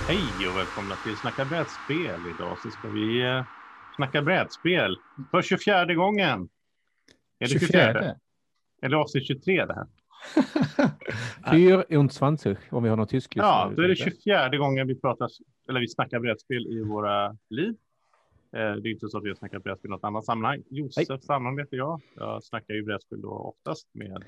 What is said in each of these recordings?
Hej och välkomna till Snacka brädspel. Idag så ska vi snacka brädspel för 24:e gången. Är det 24? Eller avsnitt 23 det här? 24 om vi har något tysk lyssnare. Ja, då är det 24:e gången vi snackar brädspel i våra liv. Det är inte så att vi snackar brädspel i något annat sammanhang. Josef Sandholm heter jag. Jag snackar ju brädspel då oftast med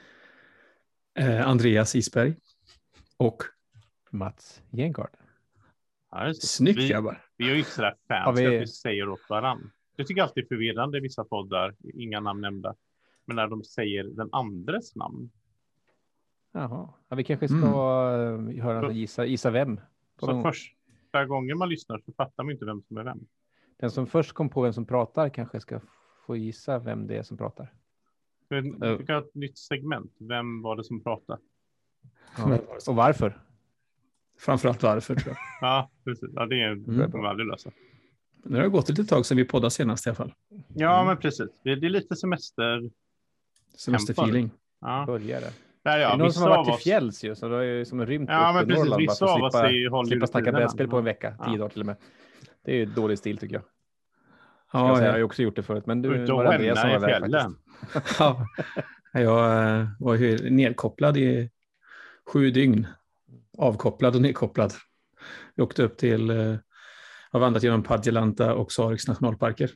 Andreas Isberg och Mats Gengard. Ja, snyggt grabbar. Vi är ju inte sådär fans att vi säger åt varandra. Jag tycker alltid är förvirrande i vissa poddar, inga namn nämnda. Men när de säger den andres namn. Jaha, ja, vi kanske ska höra gissa vem. Så första gången man lyssnar så fattar man inte vem som är vem. Den som först kom på vem som pratar kanske ska få gissa vem det är som pratar. Vi kan ha ett nytt segment. Vem var det som pratade? Ja. Och varför? Framförallt varför, tror jag. Ja, precis. Ja, det är en kommer aldrig lösa. Det har gått lite tag sedan vi poddade senast i alla fall. Ja, men precis. Det är lite semesterfeeling. Ja. Börjar det. Där, ja, det är någon som har varit i fjälls ju, så det är ju som en rymt upp i Norrland. Vissa av oss slippa snacka brädspel på en vecka, 10 dagar till och med. Det är ju dålig stil tycker jag. Ja, jag har ju också gjort det förut, men du var Andreas som var där faktiskt. Ja, jag var ju nedkopplad i 7 dygn. Avkopplad och nedkopplad. Jag åkte upp till har vandrat genom Padjelanta och Sareks nationalparker.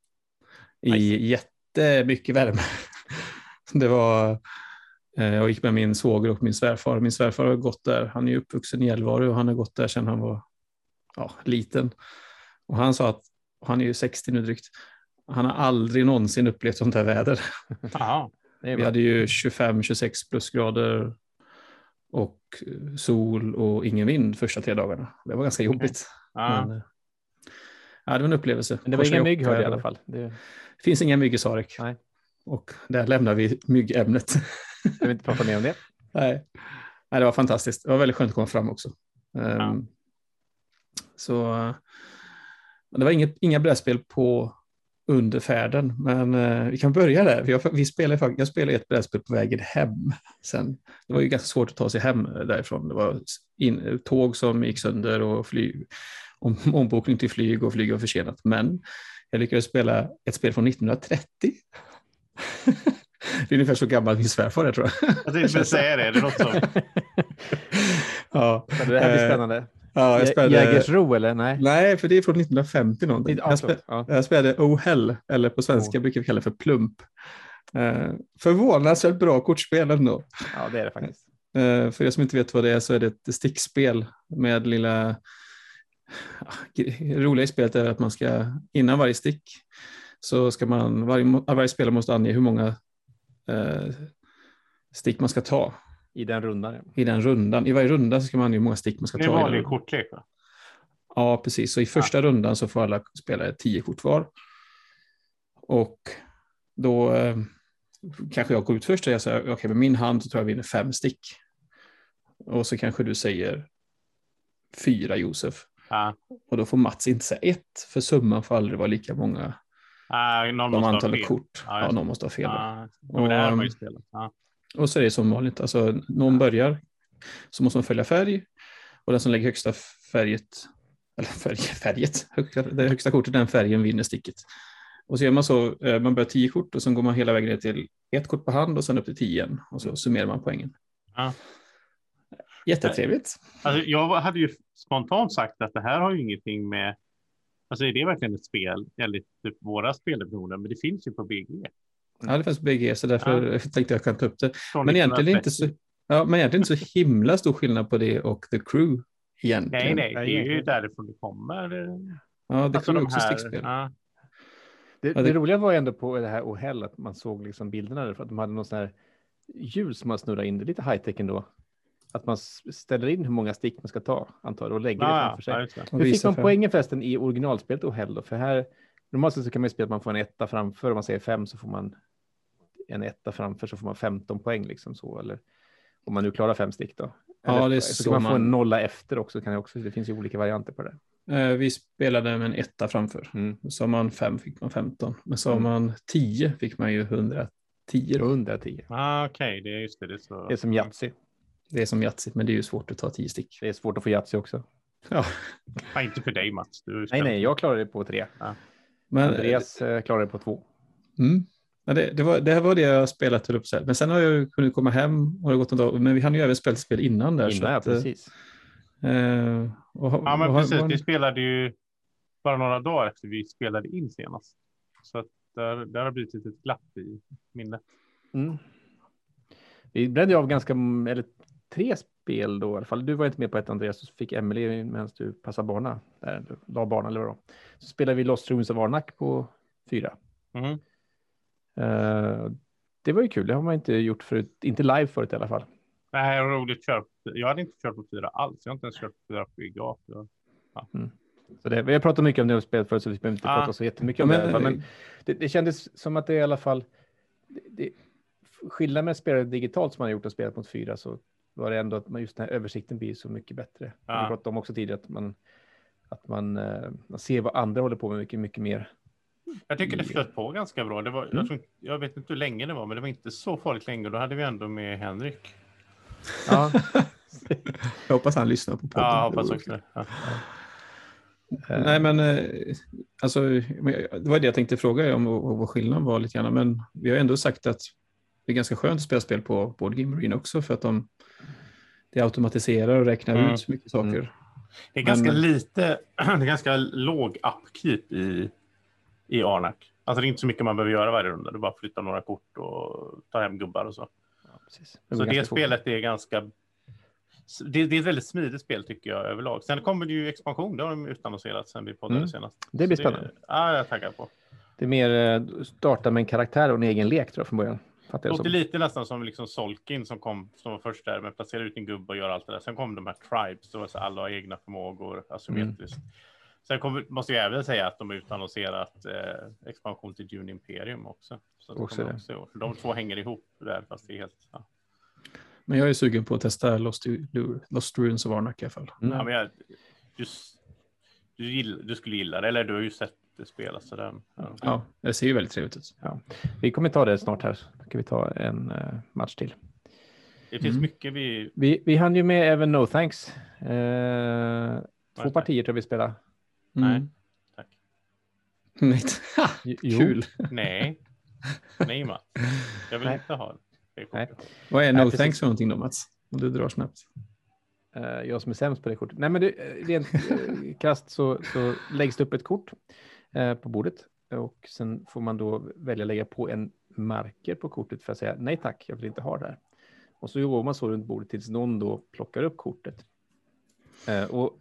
I jättemycket värme. Det var jag gick med min svåger och min svärfar. Min svärfar har gått där. Han är uppvuxen i Gällivare och han har gått där sedan han var liten. Och han sa att han är ju 60 nu drygt. Han har aldrig någonsin upplevt sånt här väder. Aha, vi hade ju 25-26 plusgrader och sol och ingen vind första 3 dagarna. Det var ganska jobbigt. Men, det var en upplevelse. Men det var inga mygg i alla fall. Det finns inga mygg i Sarek. Nej. Och där lämnar vi myggämnet. Jag vill inte prata mer om det. Nej, det var fantastiskt. Det var väldigt skönt att komma fram också. Så det var inga brädspel på under färden, men vi kan börja där. Jag spelade ett brädspel på vägen hem sen. Det var ju ganska svårt att ta sig hem därifrån. Det var tåg som gick sönder och ombokning till flyg och flyg var försenat. Men jag lyckades spela ett spel från 1930. Det är ungefär så gammalt min svärfar, tror jag. Jag tänkte säga det. Är det något som... Ja. Det här blir spännande. Ja, jag spelade... Jägersro eller? Nej, för det är från 1950 någonting. Jag spelade Ohell, eller på svenska brukar vi kalla det för plump. Förvånansvärt bra kortspel ändå. Ja, det är det faktiskt. För er som inte vet vad det är så är det ett stickspel med lilla... roliga i spelet är att man ska, innan varje stick så ska man, varje spelare måste ange hur många stick man ska ta. I den rundan. I varje runda så ska man ange hur många stick man ska ta. Det är vanlig kortlek, va? Ja, precis. Så i första rundan så får alla spelare 10 kort var. Och då kanske jag går ut först och jag säger okej, med min hand så tror jag vinner 5 stick. Och så kanske du säger 4, Josef. Och då får Mats inte säga 1, för summan får aldrig vara lika många de antalet kort. Någon måste ha fel. Och så är det som vanligt. Alltså, någon börjar så måste man följa färg. Och den som lägger högsta det högsta kortet, den färgen vinner sticket. Och så gör man så, man börjar 10 kort och sen går man hela vägen ner till 1 kort på hand och sen upp till 10 igen. Och så summerar man poängen. Jättetrevligt. Alltså, jag hade ju spontant sagt att det här har ju ingenting med, alltså är det verkligen ett spel enligt typ våra spelversioner, men det finns ju på BG. Ja, det finns på BG, så därför tänkte jag kan ta upp det. Men egentligen inte så himla stor skillnad på det och The Crew egentligen. Nej, det är ju därifrån det kommer. Ja, det kommer också stickspel. Det roliga var ju ändå på det här Ohell att man såg liksom bilderna där, för att de hade någon sån här ljus som man snurrar in, det är lite high-tech ändå. Att man ställer in hur många stick man ska ta, antar och lägger det framför sig. Hur fick man poängen förresten i originalspelet Ohell då? För här, normalt så kan man ju spela att man får en 1 framför, om man säger 5 så får man en 1 framför, så får man 15 poäng liksom så, eller om man nu klarar 5 stick då. Ja, det är så kan man få en 0 efter också, det finns ju olika varianter på det. Vi spelade med en 1 framför. Så man 5 fick man 15. Men så man 10 fick man ju 110. 110. Okej, det är just det. Det är som Yatzy. Det är som Yatzy, men det är ju svårt att ta 10 stick. Det är svårt att få Yatzy också. Ja. Nej, inte för dig, Mats. Nej, jag klarar det på 3. Ja. Men Andreas klarar det på 2. Ja, det här var det jag spelat upp så här. Men sen har jag kunnat komma hem och det gått en dag. Men vi hann ju även spela spel innan där. Innan, precis. Precis. Vi spelade ju bara några dagar efter vi spelade in senast. Så att där har blivit ett glapp i minnet. Vi brände av 3 spel då i alla fall. Du var inte med på ett, Andreas, så fick Emily medan du passade barna. Där, la barna eller vad då. Så spelade vi Lost Ruins of Arnak på 4. Det var ju kul. Det har man inte gjort förut. Inte live förut i alla fall. Nej, roligt kört. Jag hade inte kört på 4 alls. Jag har inte ens kört på 4 på IGA. Ja. Så vi har pratat mycket om det spelet förut, så vi behöver inte prata så jättemycket om det i alla fall. Men det kändes som att det i alla fall... skillnad med att spela digitalt som man har gjort och spelat mot 4, så var det ändå att just den här översikten blir så mycket bättre. Vi har pratat om också tidigare att man ser vad andra håller på med mycket, mycket mer. Jag tycker det flöt på ganska bra. Det var, jag vet inte hur länge det var, men det var inte så farligt länge. Då hade vi ändå med Henrik. Ja. Jag hoppas han lyssnar på podden. Ja, jag hoppas också det. Ja. Nej, men alltså, det var det jag tänkte fråga om vad skillnaden var lite grann. Men vi har ändå sagt att det är ganska skönt att spela spel på Board Game Arena också, för att det automatiserar och räknar ut mycket saker. Det är ganska lite, det är ganska låg upkeep i Arnak. Alltså det är inte så mycket man behöver göra varje runda. Det är bara flytta några kort och ta hem gubbar och så. Ja, precis. Så det spelet är ganska... Det är ett väldigt smidigt spel tycker jag överlag. Sen kommer det ju expansion. Det har de utannonserat sen vi poddade senast. Det blir spännande. Jag taggar på. Det är mer starta med en karaktär och en egen lek tror jag från början. Det låter lite nästan som liksom Solkin som var först där med placera ut en gubbe och göra allt det där. Sen kom de här tribes, då var så alla har egna förmågor asymmetriskt. Sen måste jag även säga att de har utannonserat expansion till Dune Imperium också. Så också det. De två hänger ihop där, fast det är helt... Ja. Men jag är sugen på att testa Lost Ruins of Arnak i alla fall. Ja, men du skulle gilla det, eller du har ju sett det spelas. Så ja, det ser ju väldigt trevligt ut. Ja. Vi kommer ta det snart här. Då kan vi ta en match till. Det finns mycket vi hann ju med även No Thanks. 2 partier tror vi spelar. Nej, tack. Nej. Kul. Nej, Mats. Jag vill inte ha det. Nej. Vad är No Thanks för någonting då, Mats? Om du drar snabbt. Jag som är sämst på det kortet. Nej, men rent krasst så läggs det upp ett kort på bordet. Och sen får man då välja att lägga på en marker på kortet för att säga nej tack, jag vill inte ha det här. Och så går man så runt bordet tills någon då plockar upp kortet. Och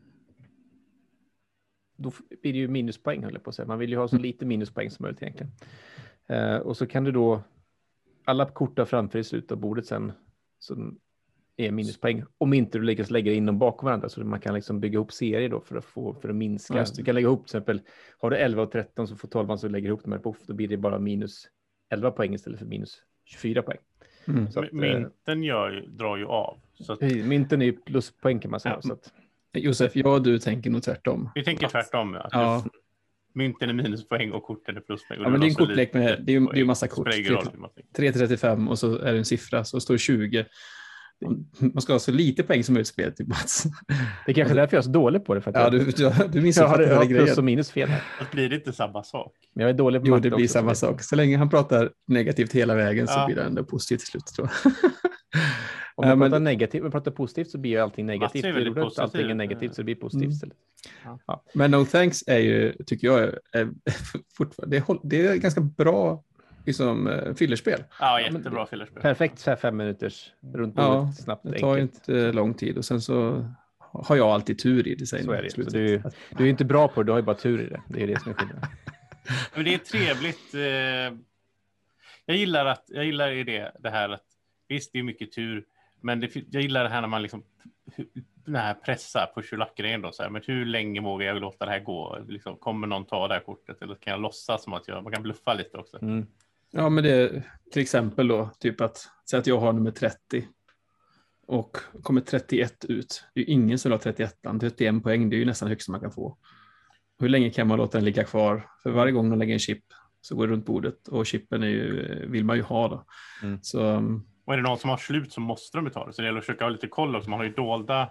då blir det ju minuspoäng, höll jag på att säga. Man vill ju ha så lite minuspoäng som möjligt egentligen. Och så kan du då alla kort där framför i slutet av bordet sen så är minuspoäng. Om inte du lyckas lägga in dem bakom varandra, så man kan liksom bygga ihop serier då för att minska. Ja, du kan lägga ihop till exempel, har du 11 och 13 så får 12 så lägger ihop dem här på, då blir det bara minus 11 poäng istället för minus 24 poäng. Så att, mynten drar ju av. Så att... Mynten är ju pluspoäng kan man säga. Ja. Så att... Josef, du tänker nog tvärtom. Vi tänker tvärtom. Ja. Mynten är minuspoäng och korten är pluspoäng. Ja, men det är en kortlek med, det är ju massa kort. 3,35 och så är det en siffra, så står 20. Man ska ha så lite poäng som möjligt spelet till Mats. Det är kanske därför jag är så dålig på det. För att du missuppfattar hela grejen. Plus och minus fel här. Det blir inte samma sak. Men jag är dålig på det blir också, samma sak. Så länge han pratar negativt hela vägen så blir det ändå positivt till slut, tror jag. Om man pratar positivt så blir ju allting negativt. Allting är negativt så det blir positivt istället. Ja. Men No Thanks är ju, tycker jag, fortfarande, det är ganska bra liksom, fillerspel. Ja, jättebra fillerspel. Perfekt så här 5 minuters runt bordet, snabbt. Det tar inte lång tid och sen så har jag alltid tur i det. Så är det. Så du är inte bra på det, du har ju bara tur i det. Det är det som är skillnaden. Men det är trevligt. Jag gillar det här att visst, det är mycket tur, men jag gillar det här när man liksom den här pressa på tjulackgrejen då, så här, men hur länge vågar jag låta det här gå? Liksom, kommer någon ta det här kortet eller kan jag låtsas som att man kan bluffa lite också? Ja, men det är till exempel då typ att säga att jag har nummer 30 och kommer 31 ut. Det är ju ingen som har 31. 31 poäng, det är ju nästan högst man kan få. Hur länge kan man låta den ligga kvar? För varje gång de lägger en chip så går det runt bordet och chippen vill man ju ha då. Så... Och är det någon som har slut så måste de ta det. Så det gäller att försöka ha lite koll också. Man har ju dolda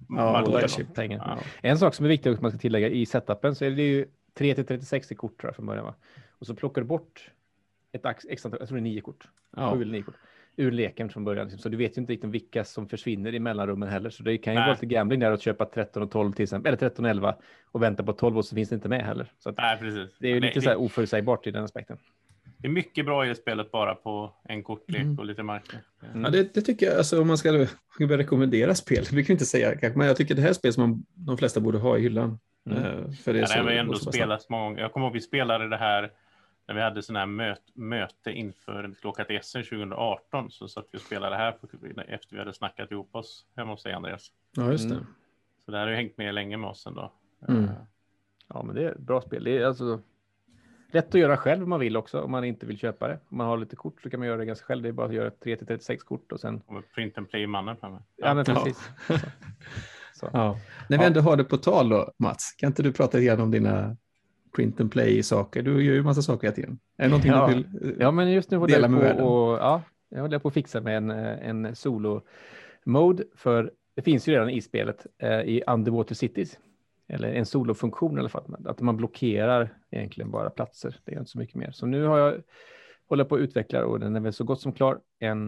pengar. Ja. En sak som är viktig att man ska tillägga i setupen så är det ju 3-36 i kort tror jag från början. Va? Och så plockar du bort ett extra, jag tror det är 9 kort. 7 eller 9 kort. Ur leken från början. Så du vet ju inte riktigt vilka som försvinner i mellanrummen heller. Så det kan ju vara lite gambling där att köpa 13 och 12 till exempel. Eller 13 och 11 och vänta på 12 och så finns det inte med heller. Så att precis. Det är ju lite så här oförutsägbart i den aspekten. Det är mycket bra i det spelet bara på en kortlek och lite marker. Ja, det tycker jag, alltså om man ska börja rekommendera spel, det brukar inte säga kanske, men jag tycker det här är spel som de flesta borde ha i hyllan. För det är har ändå spelat många. Jag kommer ihåg vi spelade det här när vi hade sån här möte inför vi skulle åka till Essen 2018 så satt vi och spelade här efter vi hade snackat ihop oss hemma hos dig, Andreas. Ja, just det. Så det här har ju hängt med länge med oss ändå. Ja, men det är ett bra spel. Det är alltså lätt att göra själv om man vill också, om man inte vill köpa det. Om man har lite kort så kan man göra det ganska själv. Det är bara att göra 3-36 kort och sen... Print and play mannen för mig. Ja, men precis. Så. Ja. När vi ändå har det på tal då, Mats, kan inte du prata igen om dina print and play-saker? Du gör ju massa saker hela tiden. Är det någonting du vill Ja, men just nu håller dela jag med på världen? jag håller på att fixa med en solo-mode för det finns ju redan i spelet i Underwater Cities. Eller en solofunktion i alla fall. Att man blockerar egentligen bara platser. Det är inte så mycket mer. Så nu har jag hållit på att utveckla och den är väl så gott som klar.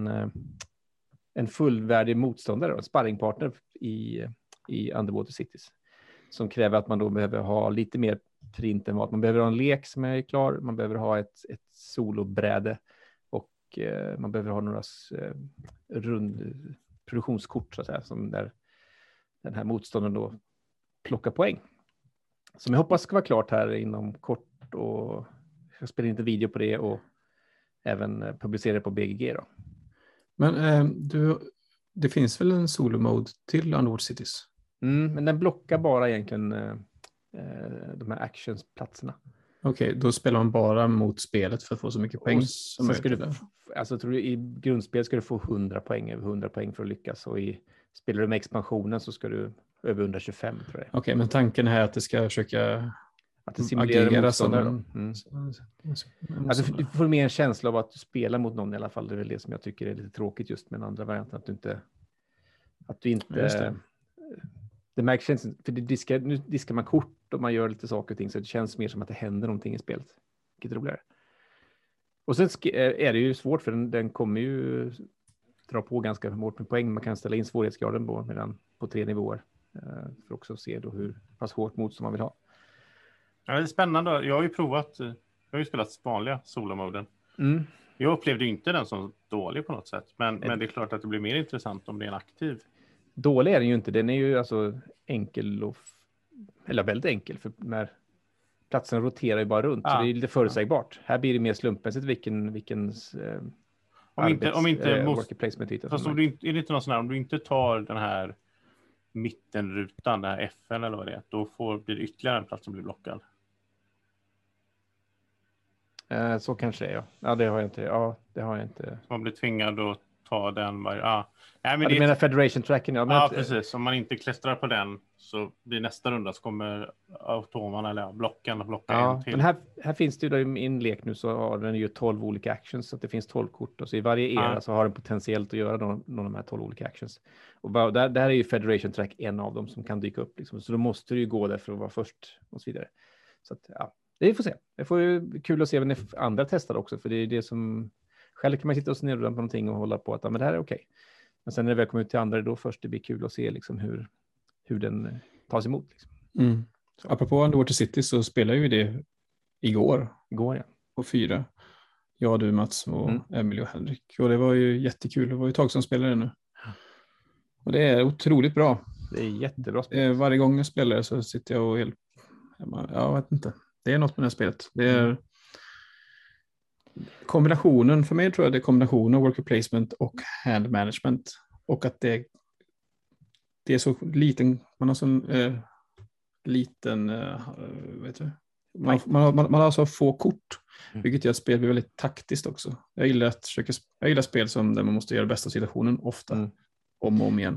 En fullvärdig motståndare, en sparringpartner i Underwater Cities. Som kräver att man då behöver ha lite mer print än vad. Man behöver ha en lek som är klar. Man behöver ha ett solobräde. Och man behöver ha några produktionskort så att säga. Som där den här motståndaren då plocka poäng. Som jag hoppas ska vara klart här inom kort och jag spelar inte video på det och även publicera det på BGG då. Men det finns väl en solo-mode till Underwater Cities? Men den blockar bara egentligen de här actionsplatserna. Okej, då spelar man bara mot spelet för att få så mycket poäng som möjligt. Alltså tror du i grundspel ska du få 100 poäng, över 100 poäng för att lyckas och spelar du med expansionen så ska du över 125 tror jag. Okej, men tanken här är att det ska försöka att det simulerar motståndare. Alltså, du får mer en känsla av att du spelar mot någon i alla fall. Det är väl det som jag tycker är lite tråkigt just med den andra varianten. Att du inte det märks, för nu diskar man kort och man gör lite saker och ting så det känns mer som att det händer någonting i spelet. Vilket roligare. Och sen är det ju svårt för den kommer ju dra på ganska hårt med poäng. Man kan ställa in svårighetsgraden på 3 nivåer. För också att se då hur pass hårt motstånd man vill ha. Ja, det är spännande. Jag har ju spelat vanliga solomoden. Jag upplevde ju inte den som dålig på något sätt. Men det är klart att det blir mer intressant om det är en aktiv. Dålig är den ju inte. Den är ju alltså enkel eller väldigt enkel. För när platsen roterar ju bara runt. Så det är lite förutsägbart. Här blir det mer slumpmässigt vilken om inte worker placement yta. Fast är det inte någon sån här, om du inte tar den här mittenrutan, den här FN eller vad det är, då blir det ytterligare en plats som blir blockad. Så kanske är ja. Det har jag inte. Man blir tvingad att ta den varje. Nej, men du menar Federation tracken? Ja, precis. Om man inte klästrar på den så blir nästa runda så kommer automaterna eller blocken att blocka en till. Men här finns det ju då i en lek nu så har den ju 12 olika actions så att det finns 12 kort och så i varje era så har den potentiellt att göra någon av de här 12 olika actions. Och där är ju Federation track en av dem som kan dyka upp liksom. Så då måste du ju gå där för att vara först och så vidare. Så att det får se. Det får ju kul att se även andra testar också för det är det som själv kan man sitta och snurra på någonting och hålla på att men det här är okej. Men sen när det väl kommer ut till andra då först det blir kul att se liksom hur den tas emot. Liksom. Apropå Underwater City så spelar ju det igår ja. På 4. Jag, du, Mats och Emily och Henrik. Och det var ju jättekul. Det var ju ett tag som spelade nu. Och det är otroligt bra. Det är jättebra spel. Varje gång jag spelar så sitter jag och jag vet inte. Det är något med det här spelet. Det är kombinationen, för mig tror jag det är kombinationen av worker placement och hand management. Och att det är så liten, man har så liten, vet du, man har så få kort, vilket gör att spel blir väldigt taktiskt också. Jag gillar spel där man måste göra bästa situationen ofta, om och om igen.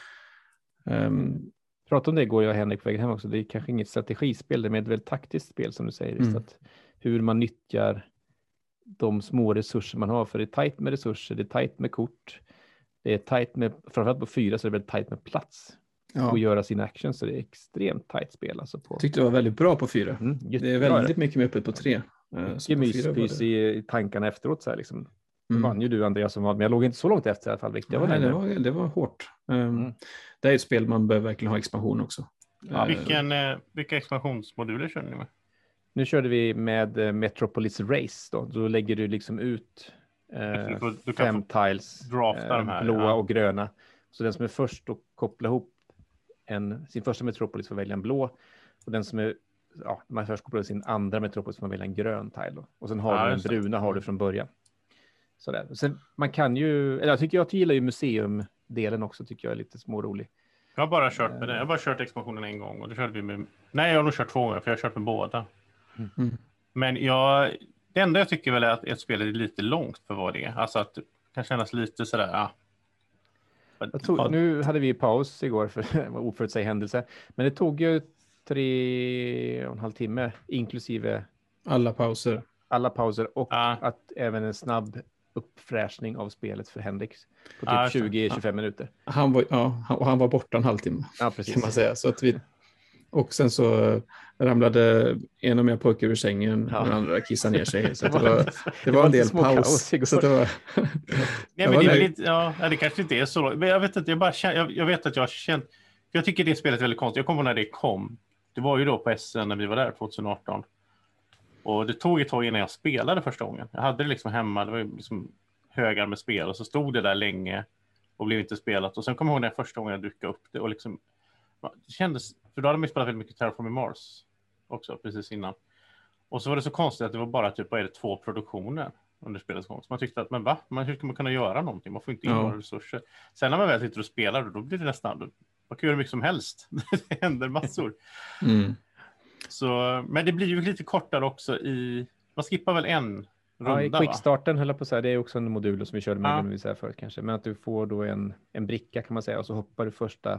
Prata om det går jag och Henrik på vägen hem också. Det är kanske inget strategispel, det är ett väldigt taktiskt spel som du säger. Så att hur man nyttjar de små resurser man har. För det är tajt med resurser, det är tajt med kort. Det är tajt med, framförallt på 4 så är det väldigt tajt med plats. och göra sina actions. Så det är extremt tajt spel. Alltså på... Jag tyckte det var väldigt bra på 4. Det är väldigt mycket mer öppet på 3. Mycket myspys i tankarna efteråt. Så här, liksom. Det vann ju du, Andreas, som var, men jag låg inte så långt efter i alla fall. Det var hårt. Det är ett spel man behöver verkligen ha expansion också. Ja, vilka expansionsmoduler körde ni med? Nu körde vi med Metropolis Race. Då lägger du liksom ut 5 tiles, blåa och gröna. Så den som är först att koppla ihop sin första Metropolis får välja en blå. Och den som är, man först kopplar sin andra Metropolis får man välja en grön tile. Då. Och sen har du den bruna har du från början. Sådär. Sen man kan ju, eller jag gillar ju museumdelen också, tycker jag är lite smårolig. Jag har bara kört med det. Jag har bara kört expansionen en gång och det körde vi med. Nej, jag har nog kört 2 gånger för jag har kört med båda. Men det enda jag tycker väl är att ett spel är lite långt för vad det är. Alltså att det kan kännas lite sådär. Nu hade vi paus igår för oförutsedd händelse. Men det tog ju 3,5 timme inklusive alla pauser och att även en snabb uppfräschning av spelet för Henrik på typ 20-25 minuter. Han var borta en halvtimme kan man säga. Så att och sen så ramlade en av mina pojkar ur sängen och den andra kissade ner sig. Så det var en del paus. Så det var... Nej, men det kanske inte är så. Men jag vet inte, jag vet att jag har känt... Jag tycker det spelet är väldigt konstigt. Jag kommer ihåg när det kom. Det var ju då på SN när vi var där 2018. Och det tog ett tag innan jag spelade första gången. Jag hade det liksom hemma. Det var ju liksom högar med spel. Och så stod det där länge och blev inte spelat. Och sen kom jag ihåg när första gången jag dukade upp det. Och liksom... Det kändes... För då hade man spelat väldigt mycket Terraforming Mars också precis innan. Och så var det så konstigt att det var bara typ 2 produktioner under spelets gång. Så man tyckte att, hur ska man kunna göra någonting? Man får inte in några resurser. Sen när man väl sitter och spelar, då blir det nästan, man kan göra mycket som helst. Det händer massor. Så, men det blir ju lite kortare också man skippar väl en runda. I quickstarten höll jag på att säga, det är också en modul som vi körde med vi säger förut kanske. Men att du får då en bricka kan man säga och så hoppar du första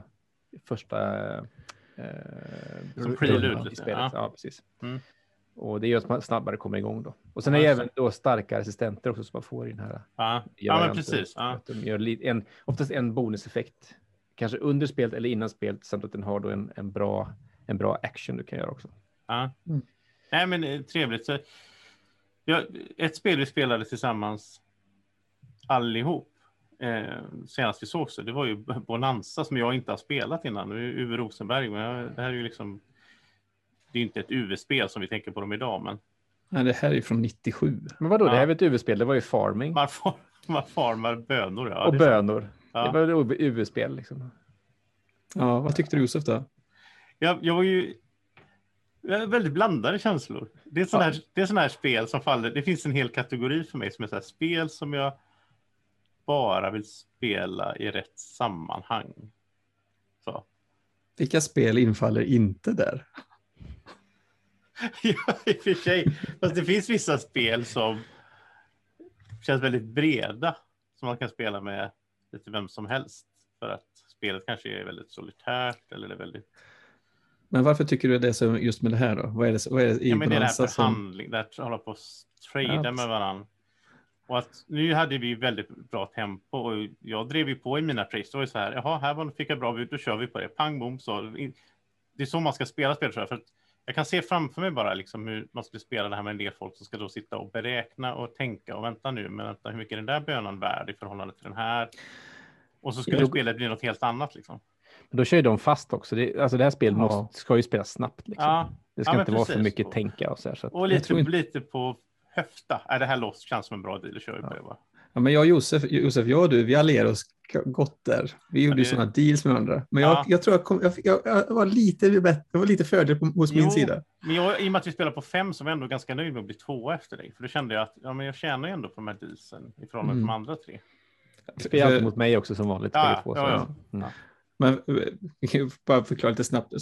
som prelude i spelet. Ja, precis. Och det gör att man snabbare kommer igång då. Och sen är det även då starka assistenter också som man får i den här. Men precis. De gör oftast en bonuseffekt. Kanske under spelet eller innan spelet samt att den har då en bra action du kan göra också. Nej, men trevligt. Så, ett spel vi spelade tillsammans allihop senast vi såg så det var ju Bonanza som jag inte har spelat innan. Nu är Uwe Rosenberg, men det här är ju liksom det är inte ett UV-spel som vi tänker på dem idag, men nej, det här är från 97. Men vadå, det här är ett UV-spel, det var ju farming. Man farmar bönor. Och bönor. Det var ett UV-spel liksom. Ja, vad tyckte du Josef då? Jag var ju väldigt blandade känslor. Det är sån här spel som faller. Det finns en hel kategori för mig som är så här spel som jag bara vill spela i rätt sammanhang. Så. Vilka spel infaller inte där? Ja, i och för sig. Fast det finns vissa spel som känns väldigt breda som man kan spela med lite vem som helst. För att spelet kanske är väldigt solitärt eller det är väldigt... Men varför tycker du det är så just med det här då? Vad är det i men det är den här förhandling där hålla på att trada med varandra. Och att nu hade vi väldigt bra tempo och jag drev ju på i mina trades. Det var ju så här, här fick jag bra bud, då kör vi på det. Pang, bom, så. Det är så man ska spela spel tror jag. För att jag kan se framför mig bara liksom hur man skulle spela det här med en del folk som ska då sitta och beräkna och tänka och vänta nu. Men vänta, hur mycket är den där bönan värd i förhållande till den här? Och så skulle spelet bli något helt annat liksom. Men då kör ju de fast också. Det här spelet ska ju spelas snabbt liksom. Det ska inte vara för mycket tänka och så här. Så att... Och lite på höfta. Det här känns som en bra deal att köra på det va? Ja, men jag och Josef, jag och du, vi allierade oss gott där. Vi gjorde ju sådana deals med andra. Men jag tror jag var lite bättre, det var lite fördel hos min sida. Men i och med att vi spelar på 5 så var jag ändå ganska nöjd med att bli 2 efter dig. För då kände jag att jag tjänar ju ändå på de här dealsen i förhållande till de andra 3. Spelar mot mig också som vanligt. Men vi kan bara förklara lite snabbt.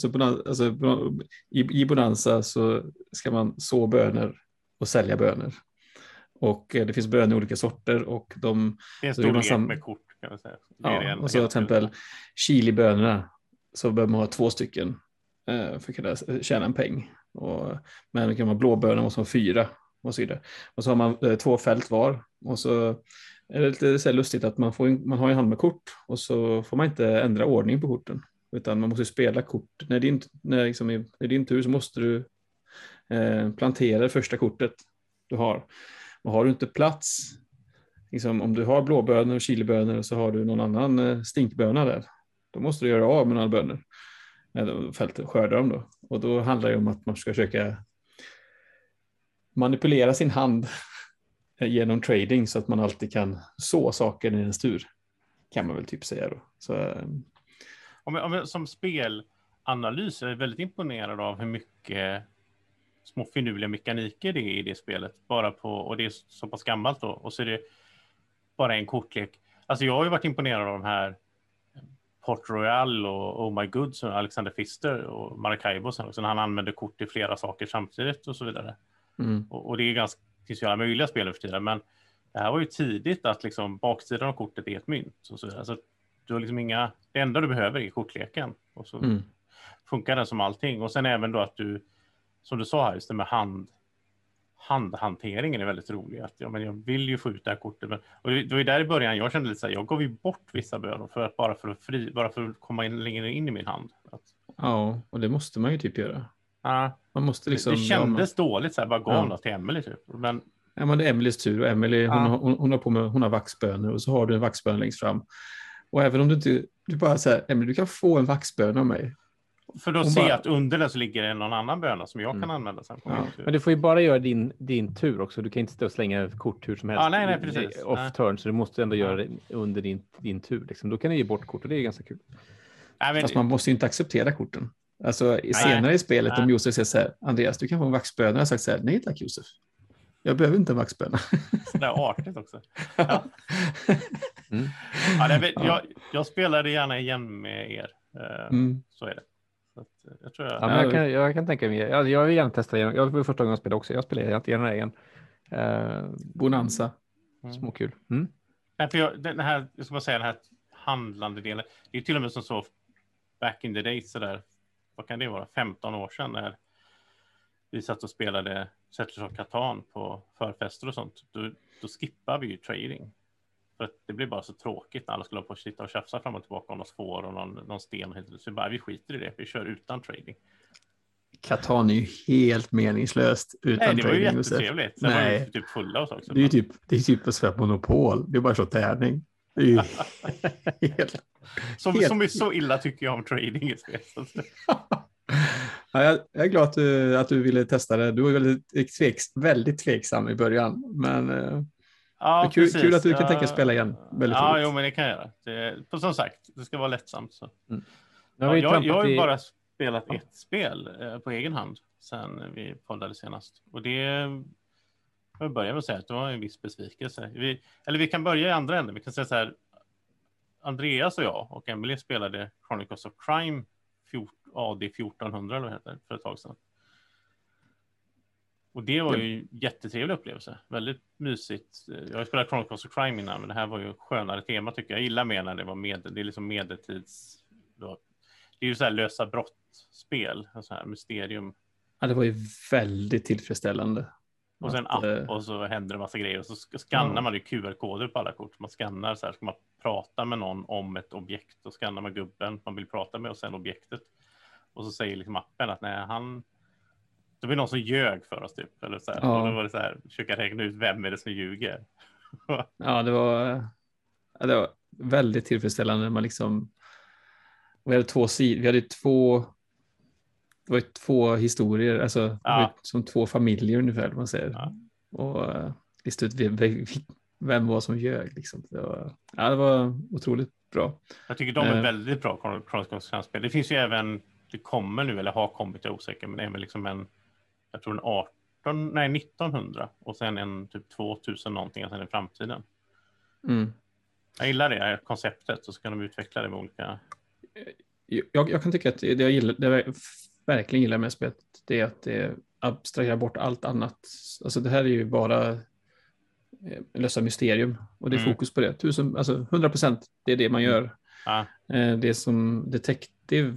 I Bonanza så ska man så bönor och sälja bönor. Och det finns bönor i olika sorter. Och det är en stor lek med kort kan man säga. Och så till exempel chilibönorna så behöver man ha 2 stycken för att kunna tjäna en peng. Men det kan vara blåbönor måste man ha 4 och så vidare. Och så har man 2 fält var. Och så är det lite så lustigt att man har en hand med kort och så får man inte ändra ordning på korten. utan man måste spela kort. När det är din tur så måste du plantera det första kortet du har. Och har du inte plats, liksom, om du har blåbönor och chilibönor och så har du någon annan stinkböna där, då måste du göra av med några bönor. Fältet skörda dem då. Och då handlar det om att man ska försöka manipulera sin hand genom trading så att man alltid kan så saker i ens tur. Kan man väl typ säga då. Så, om som spelanalys är jag väldigt imponerad av hur mycket små finurliga mekaniker det är i det spelet. Och det är så pass gammalt då. Och så är det bara en kortlek. Alltså jag har ju varit imponerad av de här Port Royal och Oh My Good som Alexander Pfister och Maracaibo sen också, när han använder kort i flera saker samtidigt och så vidare. Och det är finns ju alla möjliga spel för tiden, men det här var ju tidigt att liksom baksidan av kortet är ett mynt och så vidare. Så du har liksom det enda du behöver är kortleken och så funkar den som allting. Och sen även då att du, som du sa här, just det med handhanteringen är väldigt rolig. Att, men jag vill ju få ut det här kortet. Och det var där i början jag kände lite så här, jag gav ju bort vissa bönor bara för att komma längre in i min hand. Ja, och det måste man ju typ göra. Ja. Man måste liksom, det kändes dåligt så här, bara gav något till Emily typ. Men det är Emelies tur och Emily hon har vaxbönor och så har du en vaxbön längst fram. Och även om du bara säger Emily, du kan få en vaxbön av mig. För då ser jag att under den så ligger det någon annan böna som jag kan använda sen. Ja. Men du får ju bara göra din tur också. Du kan inte stå och slänga kort hur som helst. Nej, precis. Off turn, så du måste ändå göra det under din tur. Liksom. Då kan du ge bort kort och det är ganska kul. Fast man måste ju inte acceptera korten. Alltså senare i spelet om Josef säger så här, Andreas, du kan få en vaxböna. Jag har sagt så här, nej tack Josef. Jag behöver inte en vaxböna. Det är artigt också. Ja. Jag spelar det gärna igen med er. Så är det. Så att, jag tror jag kan tänka mig. Jag vill gärna testa igen. Jag var första gången jag spelade också. Jag spelar gärna igen. Bonanza. Småkul. Nej, för jag ska bara säga den här handlande delen. Det är till och med som så back in the days så där. Vad kan det vara? 15 år sedan när vi satt och spelade Settlers of Catan på förfester och sånt. Då skippar vi ju trading. För att det blir bara så tråkigt när alla skulle på att sitta och tjafsa fram och tillbaka om något får och någon sten. Så vi skiter i det. Vi kör utan trading. Catan är ju helt meningslöst utan trading. Nej, det var ju jättetrevligt. Sen var vi typ fulla och också. Det är typ att spela Monopol. Det är bara så tärning. Det är ju helt... Som är så illa tycker jag om trading i spelet. Ja, jag är glad att du ville testa det. Du var väldigt tveksam i början. Men ja, kul att du kan tänka spela igen. Jo, men det kan jag göra. Som sagt, det ska vara lättsamt. Så. Jag har ju bara spelat ett spel på egen hand sen vi poddade senast. Och det... Jag börjar med att säga att det var en viss besvikelse. Vi kan börja i andra änden. Vi kan säga så här. Andreas och jag och Emily spelade Chronicles of Crime AD 1400 eller vad heter, för ett tag sedan. Och det var ju en jättetrevlig upplevelse. Väldigt mysigt. Jag har spelat Chronicles of Crime innan, men det här var ju skönare tema tycker jag. Jag gillar mer när det var det är liksom medeltids... Det är ju så här lösa brottspel, så här mysterium. Ja, det var ju väldigt tillfredsställande. Och sen app och så händer det massa grejer och så skannar man ju QR-koder på alla kort. Man skannar så här, ska man prata med någon om ett objekt och skannar man gubben man vill prata med och sen objektet. Och så säger liksom appen att nej, det var någon som ljög för oss typ. Eller så här. Och då var det så här, försöka räkna ut vem är det som ljuger. Ja, det var väldigt tillfredsställande. Man liksom, vi hade två sidor, det var två historier, alltså som två familjer ungefär, man säger. Ja. Och lista ut vem var som ljög. Liksom. Det var otroligt bra. Jag tycker de är väldigt bra konsekvensspel. Det finns ju även, det kommer nu, eller har kommit, jag är osäker, men även liksom jag tror 1900 och sen en typ 2000 någonting, alltså i framtiden. Jag gillar det här konceptet, så kan de utveckla det med olika... Jag kan tycka att det jag verkligen gillar med spelet, det är att det abstraherar bort allt annat. Alltså det här är ju bara lösa mysterium och det är fokus på det. 100% det är det man gör. Det är som Detective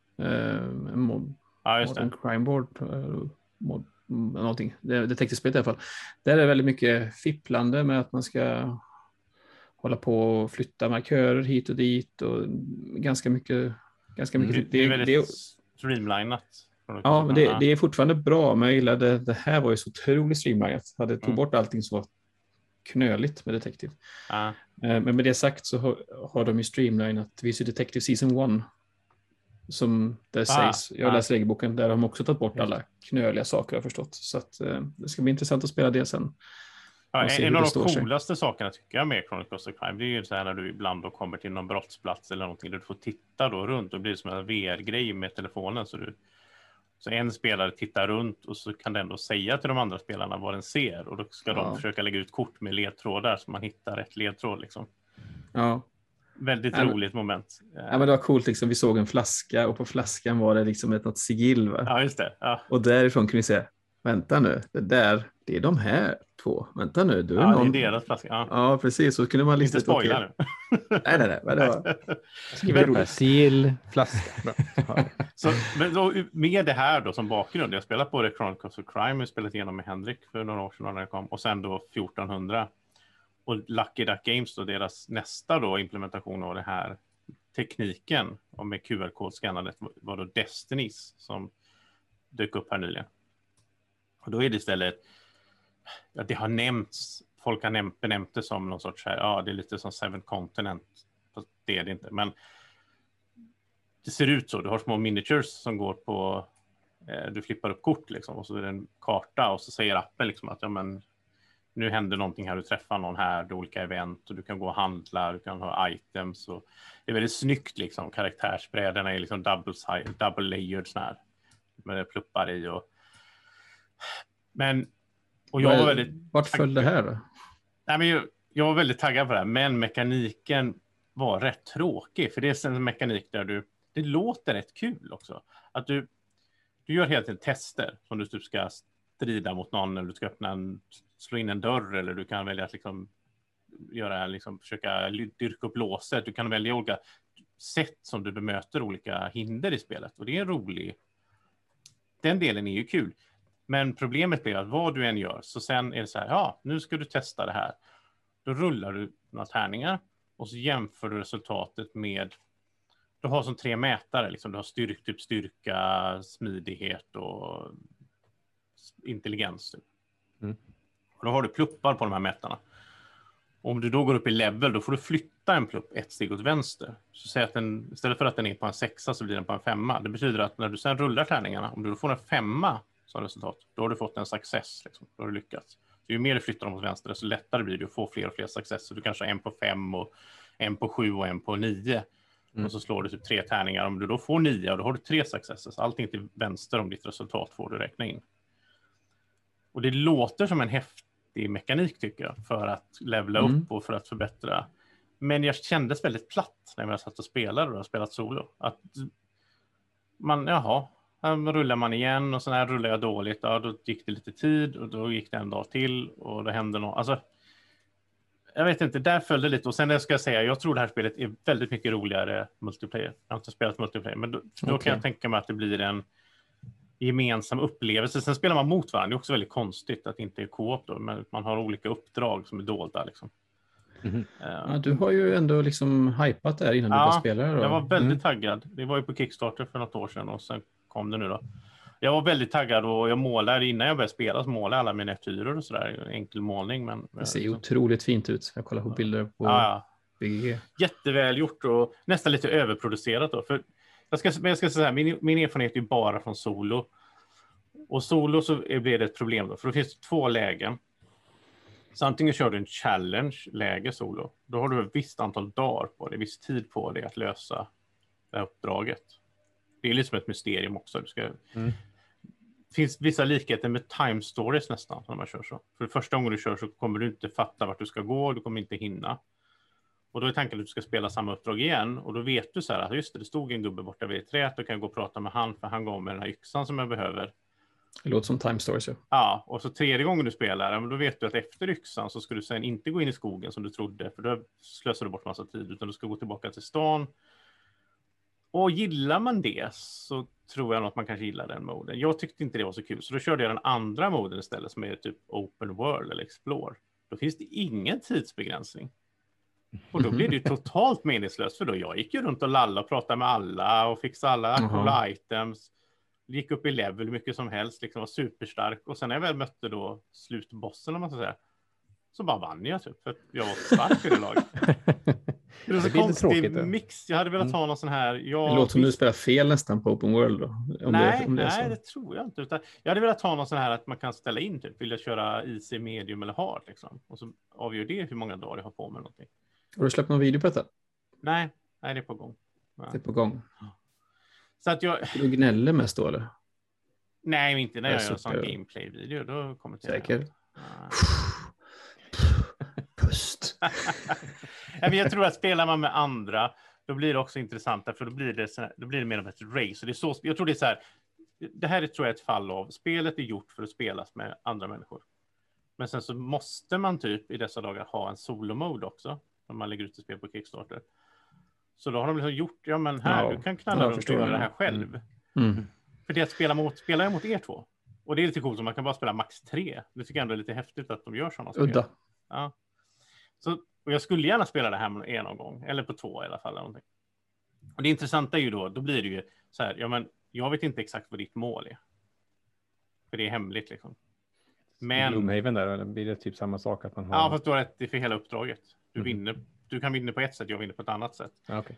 Modern Crime Board någonting. Detective-spelet i alla fall. Där är det väldigt mycket fipplande med att man ska hålla på och flytta markörer hit och dit och ganska mycket ganska mycket. Det är väldigt streamlinat. Ja, men det är fortfarande bra, men jag gillade det här var ju så otroligt streamlinat. Hade tog bort allting så knöligt med Detective. Men med det sagt så har de ju streamlinat Visual Detective Season 1 som det sägs. Jag läser regelboken där de också tagit bort alla knöliga saker jag har förstått. Så att, det ska bli intressant att spela det sen. En av de coolaste sakerna tycker jag med Chronicles of Crime, det är ju så här när du ibland då kommer till någon brottsplats eller någonting där du får titta då runt och blir det som en VR-grej med telefonen. Så en spelare tittar runt och så kan den ändå säga till de andra spelarna vad den ser och då ska de försöka lägga ut kort med ledtrådar så man hittar rätt ledtråd liksom. Ja. Väldigt roligt moment. Ja, men det var coolt liksom. Vi såg en flaska och på flaskan var det liksom något sigill, va? Ja, just det. Ja. Och därifrån kunde vi säga, vänta nu, det är de här två. Vänta nu, du är någon... det är deras flaska. Ja, precis. Så kunde man inte spoila nu. nej. Men det var... Skriver sigill, flaska. Men då, med det här då som bakgrund, jag spelat både Chronicles of Crime och spelat igenom med Henrik för några år sedan när det kom. Och sen då 1400. Och Lucky Duck Games då, deras nästa då implementation av det här tekniken och med QR-kodskannandet var då Destinies som dök upp här nyligen. Och då är det istället, det har nämnts, folk har benämnt det som någon sorts här, det är lite som Seven Continent, fast det är det inte, men det ser ut så, du har små miniatures som går på, du flippar upp kort liksom, och så är det en karta och så säger appen liksom att nu händer någonting här, du träffar någon här, det är olika event och du kan gå och handla, du kan ha items och det är väldigt snyggt liksom, karaktärsbrädorna är liksom double layered sån här med pluppar i och jag var väldigt... Vart föll det här då? Nej, men jag var väldigt taggad på det här, men mekaniken var rätt tråkig, för det är en mekanik där det låter rätt kul också. Att du gör helt enkelt tester som du typ ska strida mot någon eller du ska slå in en dörr eller du kan välja att liksom försöka dyrka upp låset. Du kan välja olika sätt som du bemöter olika hinder i spelet och det är rolig. Den delen är ju kul. Men problemet blir att vad du än gör så sen är det så här, nu ska du testa det här. Då rullar du några tärningar och så jämför du resultatet med, du har som 3 mätare, liksom. Du har styrka, smidighet och intelligens. Typ. Och då har du pluppar på de här mätarna. Och om du då går upp i level, då får du flytta en plupp ett steg åt vänster. Så säg att istället för att den är på en 6 så blir den på en 5. Det betyder att när du sen rullar tärningarna, om du då får en 5 som resultat, då har du fått en success. Liksom. Då har du lyckats. Så ju mer du flyttar dem åt vänster, så lättare blir det att få fler och fler success. Så du kanske har en på 5 och en på 7 och en på 9. Och så slår du typ 3 tärningar. Om du då får 9, och då har du 3 successes. Allting till vänster om ditt resultat får du räkna in. Och det låter som en häftig mekanik tycker jag. För att levela upp och för att förbättra. Men jag kändes väldigt platt när jag satt och spelade och spelat solo. Att rullar man igen och sen här rullar jag dåligt. Ja, då gick det lite tid och då gick det en dag till och det hände något. Alltså, jag vet inte, där följde lite. Och sen ska jag säga, jag tror det här spelet är väldigt mycket roligare multiplayer. Jag har inte spelat multiplayer, men då kan jag tänka mig att det blir en gemensam upplevelse. Sen spelar man mot varandra. Det är också väldigt konstigt att det inte är co-op då, men man har olika uppdrag som är dolda liksom. Ja, du har ju ändå liksom hypat där innan du började spela. Då. Jag var väldigt taggad. Det var ju på Kickstarter för något år sedan och sen kom det nu då. Jag var väldigt taggad och jag målade innan jag började spela så målade alla miniatyrer och sådär. Enkel målning. Men det ser ju otroligt fint ut. Jag kollar på bilder på BG. Jätteväl gjort och nästan lite överproducerat då. För jag ska säga så här, min erfarenhet är bara från solo. Och solo så blir det ett problem då. För då finns det 2 lägen. Så antingen kör du en challenge-läge solo. Då har du ett visst antal dagar på det, viss tid på det att lösa det här uppdraget. Det är liksom ett mysterium också. Det finns vissa likheter med time stories nästan när man kör så. För första gången du kör så kommer du inte fatta vart du ska gå, du kommer inte hinna. Och då är tanken att du ska spela samma uppdrag igen. Och då vet du så här att just det stod en gubbe borta vid ett träd. Då kan jag gå och prata med han för han går med den här yxan som jag behöver. Det låter som time stories. Ja, och så 3:e gången du spelar, då vet du att efter yxan så ska du sen inte gå in i skogen som du trodde. För då slösar du bort massa tid. Utan du ska gå tillbaka till stan. Och gillar man det så tror jag nog att man kanske gillar den moden. Jag tyckte inte det var så kul. Så då körde jag den andra moden istället som är typ open world eller explore. Då finns det ingen tidsbegränsning. Och då blir det ju totalt meningslöst, för då jag gick ju runt och lalla och pratade med alla och fixade alla coola items. Gick upp i level hur mycket som helst, liksom var superstark. Och sen när jag väl mötte då slutbossen, om man ska säga, så bara vann jag typ, för att jag var stark i det laget. Det var så konstig mix. Jag hade velat ha någon sån här... Det låter som du spelar fel nästan på Open World då. Nej, det tror jag inte. Utan jag hade velat ha någon sån här att man kan ställa in typ. Vill jag köra easy, medium eller hard liksom. Och så avgör det hur många dagar jag har på mig någonting. Har du släppt någon video på detta? Nej, det är på gång. Ja. Det är på gång. Så att jag... Du gnäller mest då eller? Nej, inte när jag gör en sån gameplay-video. Då kommer det säker. Pust. Jag tror att spelar man med andra, då blir det också intressant, för då blir det mer av ett race. Och det är så, jag tror det är så här, det här tror jag är ett fall av, spelet är gjort för att spelas med andra människor. Men sen så måste man typ i dessa dagar ha en solo-mode också, när man lägger ut ett spel på Kickstarter. Så då har de liksom gjort, du kan knalla runt och göra det här själv. För det att spela jag mot er två. Och det är lite coolt, så man kan bara spela max 3. Det tycker jag ändå är lite häftigt att de gör sådana spel. Udda. Ja. Så, och jag skulle gärna spela det här med en någon gång, eller på 2 i alla fall. Eller någonting. Och det intressanta är ju då blir det ju så här, jag vet inte exakt vad ditt mål är. För det är hemligt liksom. Men Gloomhaven där, blir det typ samma sak att man har... Ja, fast du har rätt för hela uppdraget. Du kan vinna på ett sätt, jag vinner på ett annat sätt. Okay.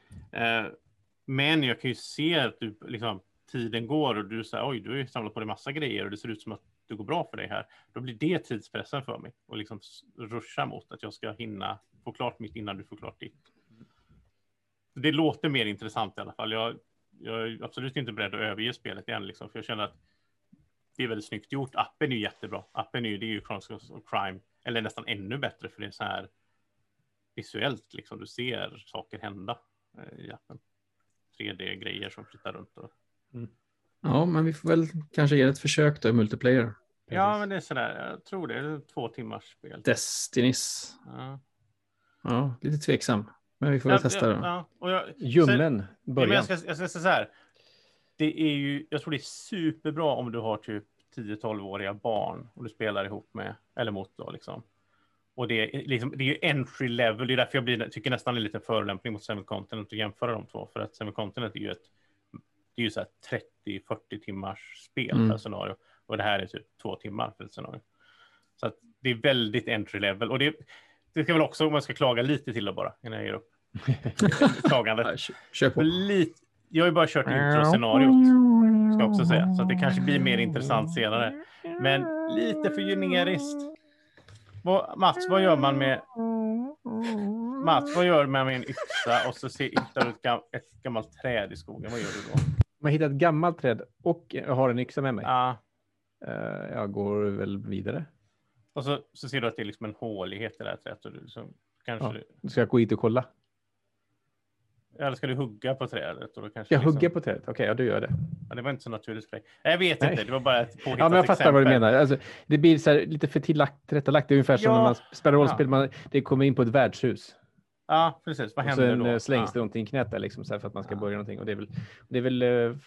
Men jag kan ju se att du liksom, tiden går och du säger, oj, du har ju samlat på dig massa grejer och det ser ut som att det går bra för dig här. Då blir det tidspressen för mig och liksom ruscha mot att jag ska hinna få klart mitt innan du får klart ditt. Det låter mer intressant i alla fall. Jag är absolut inte beredd att överge spelet igen liksom, för jag känner att det är väldigt snyggt gjort. Appen är ju jättebra. Appen är ju Chronicles of Crime, eller nästan ännu bättre, för det är så här visuellt liksom, du ser saker hända i appen. 3D-grejer som flyttar runt och... Ja, men vi får väl kanske ge ett försök då i multiplayer. Ja, men det är sådär, jag tror det är 2 timmars spel. Destinys. Ja, lite tveksam. Men vi får väl testa då. Ljummen början. Jag ska säga så här. Det är ju, jag tror det är superbra om du har typ 10-12-åriga barn och du spelar ihop med, eller mot då liksom. Och det är ju entry level, det är därför jag tycker nästan en liten förolämpning mot Seventh Continent att jämföra de två. För att Seventh Continent är ju så här 30-40 timmars spel per scenario. Och det här är typ 2 timmar för ett scenario. Så att det är väldigt entry level. Och det ska väl också, om man ska klaga lite till det bara, innan jag ger upp. Klagandet. Kör på. Jag har ju bara kört intro-scenariot, ska jag också säga. Så att det kanske blir mer intressant senare. Men lite för generiskt. Mats, vad gör man med... vad gör man med en yxa och så hittar du ett gammalt träd i skogen? Vad gör du då? Man hittar ett gammalt träd och jag har en yxa med mig. Ja. Jag går väl vidare. Och så ser du att det är liksom en hålighet i det här trädet. Och du ska gå hit och kolla. Eller ska du hugga på trädet? Och då kanske jag hugger på trädet? Okej, då gör jag det. Ja, det var inte så naturligt för dig. Jag vet inte, det var bara ett påhittat men jag fattar exempel. Vad du menar. Alltså, det blir så här, lite för tillrättalagt. Det är ungefär som när man spelar rollspel. Det kommer in på ett värdshus. Ja, precis. Vad händer då? Sen slängs det någonting i knät där, liksom, så här, för att man ska börja någonting. Och det är väl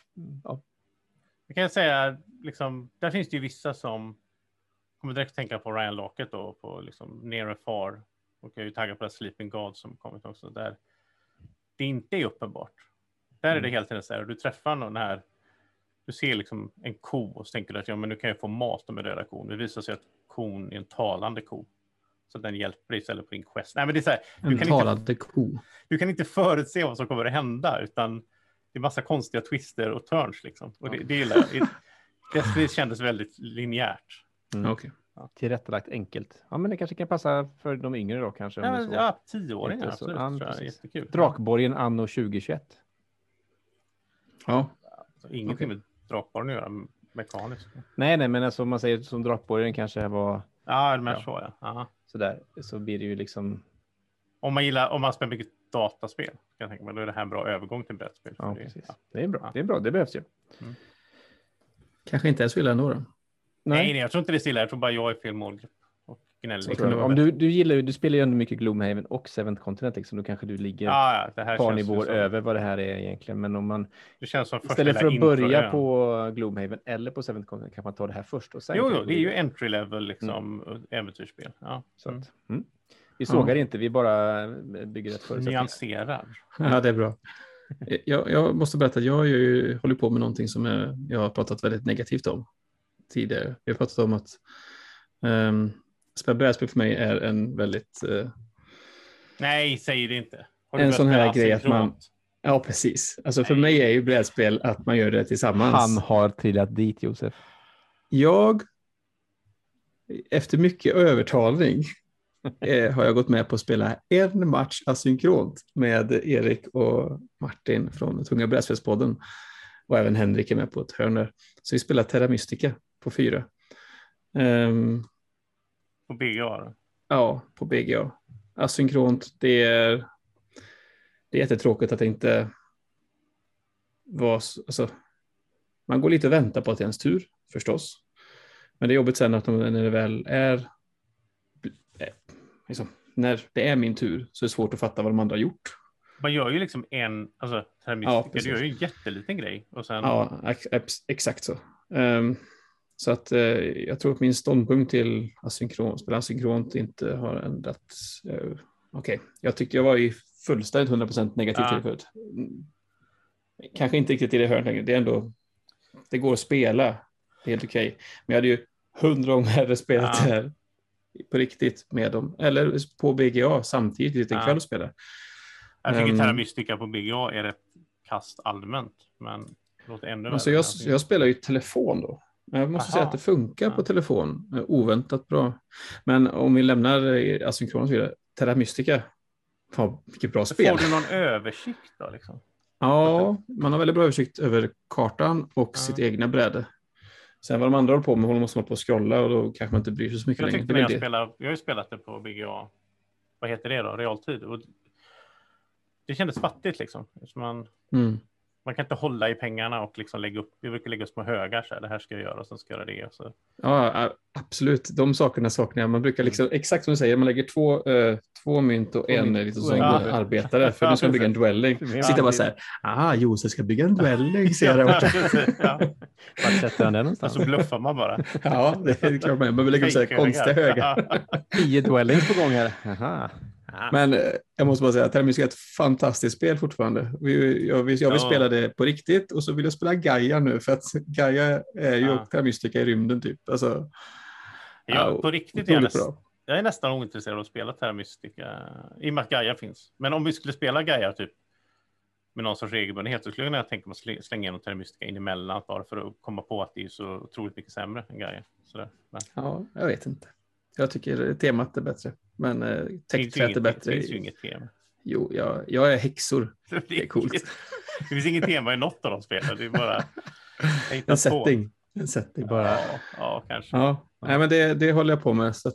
Jag kan säga, liksom, där finns det ju vissa som kommer direkt tänka på Ryan Lockett och på liksom, Near and Far. Och jag är ju taggad på Sleeping God som kommit också. Där det inte är uppenbart. Där är det helt enkelt så här. Du träffar någon här. Du ser liksom en ko och så tänker du att men nu kan jag få mat med döda kon. Det visar sig att kon är en talande ko. Så den hjälper dig istället på din quest. Nej, men det är så här, du kan inte förutse vad som kommer att hända, utan det är massa konstiga twister och turns liksom. Och det gillar jag. Det kändes väldigt linjärt. Okej. Ja. Tillrättalagt enkelt. Ja, men det kanske kan passa för de yngre då kanske. Ja, 10-åringar. Absolut. Ja, jättekul. Drakborgen anno 2021. Ja. Alltså, ingenting med Drakborgen att göra mekaniskt. Nej, men alltså om man säger som Drakborgen kanske var... Ja, men så ja. Aha. Så blir det ju liksom... Om man spelar mycket dataspel, kan jag tänka mig, då är det här en bra övergång till brädspel. Ja, precis. Det är bra. Det är bra, det behövs ju. Kanske inte är så illa ändå då. Nej, jag tror inte det är stilla. Jag tror bara jag är fel målgrupp. Och om du spelar ju ändå mycket Gloomhaven och Seventh Continent liksom, då kanske du ligger ett par nivåer över vad det här är egentligen. Men om man istället för att börja på Gloomhaven eller på Seventh Continent kan man ta det här först. Och sen jo, det är ju entry level liksom, äventyrsspel. Ja. Så att, Vi sågar inte, vi bara bygger ett förutsättningar. Nyanserar. Ja, det är bra. Jag måste berätta att jag håller på med någonting som jag har pratat väldigt negativt om tidigare. Jag har pratat om att spela brädspel för mig är en väldigt... Nej, säg det inte. En sån här grej att man... Ja, precis. Alltså för mig är ju brädspel att man gör det tillsammans. Han har trillat dit, Josef. Jag, efter mycket övertalning, har jag gått med på att spela en match asynkront med Erik och Martin från Tunga brädspelspodden. Och även Henrik är med på ett hörn där. Så vi spelar Terra Mystica på 4. På BGA? Ja, på BGA. Asynkront, det är jättetråkigt att det inte var... Alltså, man går lite och väntar på att det är ens tur, förstås. Men det är jobbigt sen att när det väl är... Liksom, när det är min tur så är det svårt att fatta vad de andra har gjort. Man gör ju liksom du gör ju en jätteliten grej. Och sen... Ja, exakt så. Så att jag tror att min ståndpunkt till spela asynkront inte har ändrats. Okej. Jag tyckte jag var i fullständigt 100% negativ till det förut. Kanske inte riktigt i det hörn längre. Det är ändå, det går att spela. Det är helt okej. Men jag hade ju 100 gånger hellre spelat här på riktigt med dem. Eller på BGA samtidigt en kväll och spela. Jag tycker Terra Mystica på BGA är rätt kast allmänt. Men det låter ännu alltså jag spelar ju telefon då. Jag måste säga att det funkar på telefon. Oväntat bra. Men om vi lämnar asynkron och så vidare. Terra Mystica. Fan, vilket bra spel. Får du någon översikt då liksom? Ja, man har väldigt bra översikt över kartan och sitt egna bräde. Sen vad de andra håller på med, måste man på att scrolla och då kanske man inte bryr sig så mycket längre. Jag har ju spelat det på BGA. Vad heter det då? Realtid. Och det kändes fattigt liksom. Man kan inte hålla i pengarna och liksom lägga upp. Vi brukar lägga små högar så här. Det här ska jag göra och sen ska jag göra det. Och så. Ja, absolut. De sakerna saknar jag. Man brukar liksom, exakt som du säger, man lägger två mynt och en liten sån arbetare för nu ska bygga en dwelling. Sitter bara så här, Josef ska bygga en dwelling, ser jag där. Vart sätter han den någonstans? Och så bluffar man bara. Ja, det är klart man lägger så här konstiga högar. 10 dwellings på gång här. Aha. Men jag måste bara säga att Terra Mystica är ett fantastiskt spel fortfarande. Jag vill spela det på riktigt och så vill jag spela Gaia nu för att Gaia är ju Terra Mystica i rymden typ. Alltså, på riktigt jag är nästan ointresserad av att spela Terra Mystica i och med att Gaia finns. Men om vi skulle spela Gaia typ med någon sorts regelbundenhet så skulle jag tänka mig att slänga igenom Terra Mystica in emellan bara för att komma på att det är så otroligt mycket sämre än Gaia. Sådär. Ja, jag vet inte. Jag tycker temat är bättre. Men textfält är bättre. Det finns ju inget tema. Jo, jag är häxor. Det är coolt. Det finns inget tema i något av de spelen. Det är bara en setting bara. Ja, kanske. Ja. Nej, men det håller jag på med. Så att,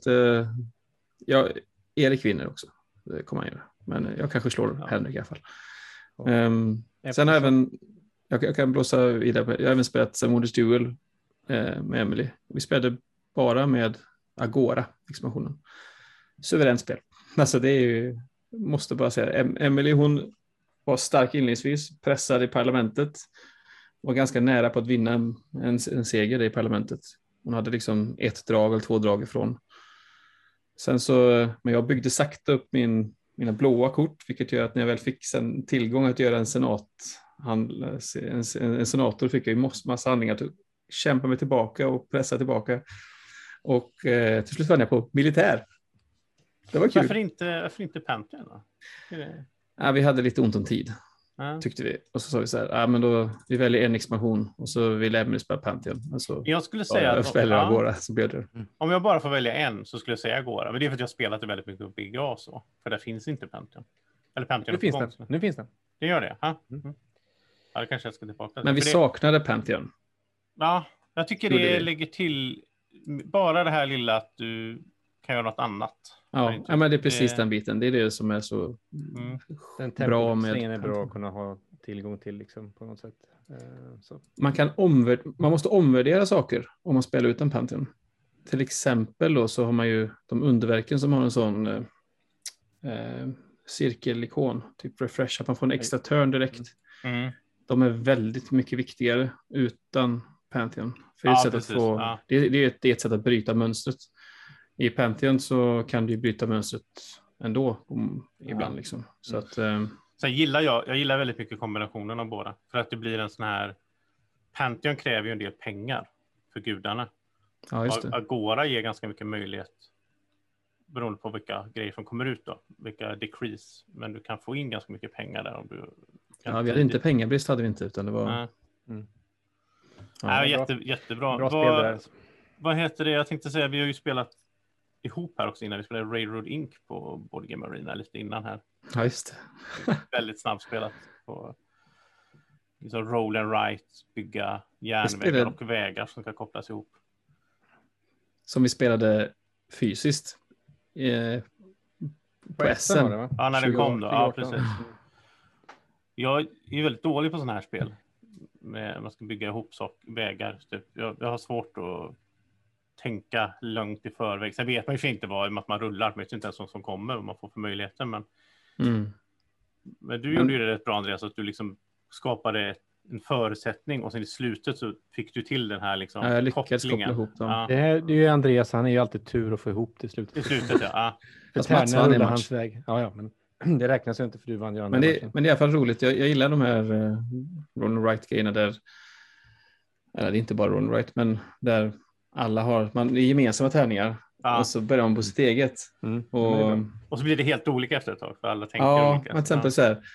Erik vinner också. Det kommer han göra. Men jag kanske slår Henrik i alla fall. Sen har jag kan blåsa vidare. Jag har även spelat Samoders Duel med Emily. Vi spelade bara med Agora-expansionen. Suveränt spel. Alltså det är ju, måste bara säga, Emily hon var stark inledningsvis, pressad i parlamentet, var ganska nära på att vinna en seger i parlamentet. Hon hade liksom 1 drag eller 2 drag ifrån. Sen så, men jag byggde sakta upp mina blåa kort, vilket gör att när jag väl fick tillgång att göra en senator fick jag ju massa handlingar att kämpa mig tillbaka och pressa tillbaka. Och till slut vann jag på militär. Det var kul. Varför inte Pantheon då? Ja, vi hade lite ont om tid, tyckte vi. Och så sa vi så här, men då vi väljer en expansion och så vill Emily spela Pantheon. Alltså, jag skulle säga att Agora, så blir det. Om jag bara får välja en så skulle jag säga Agora. Men det är för att jag har spelat det väldigt mycket på BGA så. För där finns inte Pantheon. Eller Pantheon. Nu finns den. Det gör det? Ja, det kanske jag ska tillbaka. Men vi saknade Pantheon. Ja, jag tycker det lägger till bara det här lilla att du kan göra något annat. Ja, men det är precis den biten. Det är det som är så bra med den är bra att kunna ha tillgång till liksom, på något sätt. Så. Man måste omvärdera saker om man spelar utan Pantheon. Till exempel då, så har man ju de underverken som har en sån cirkelikon, typ refresh, att man får en extra turn direkt. De är väldigt mycket viktigare utan Pantheon. För det är ett sätt att bryta mönstret. I Pantheon så kan du bryta mönstret ändå ibland liksom. Så att... Sen gillar jag gillar väldigt mycket kombinationen av båda. För att det blir en sån här... Pantheon kräver ju en del pengar för gudarna. Ja, just det. Agora ger ganska mycket möjlighet beroende på vilka grejer som kommer ut då. Vilka decrease. Men du kan få in ganska mycket pengar där om du... Ja, vi hade inte pengabrist hade vi inte, utan det var... Jättebra. Bra spel där. Vad heter det? Jag tänkte säga, vi har ju spelat ihop här också innan. Vi spelade Railroad Inc. på Board Game Arena lite innan här. Ja, just det. Väldigt snabbspelat på liksom roll and write, bygga järnvägar och vägar som ska kopplas ihop. Som vi spelade fysiskt på SM. Ja, när det kom då. Ja, precis. Jag är väldigt dålig på sådana här spel. Man ska bygga ihop vägar. Typ. Jag har svårt att tänka långt i förväg. Sen vet man ju inte vad man rullar. Man vet inte ens vad som kommer och man får för möjligheter. Men du gjorde ju det rätt bra, Andreas, att du liksom skapade en förutsättning och sen i slutet så fick du till den här liksom jag lyckades koppla ihop dem. Ja. Det är ju Andreas, han är ju alltid tur att få ihop till slutet. I slutet, ja. För Tärna rullar hans väg. Ja, men det räknas ju inte för du vann ju. Men det är i alla fall roligt. Jag gillar de här Ron Wright-grejerna där, eller det är inte bara Ron Wright, men där alla har, det är gemensamma tärningar. Ja. Och så börjar man på sitt eget. Och så blir det helt olika efter ett tag, för alla tänker olika. Till exempel så här,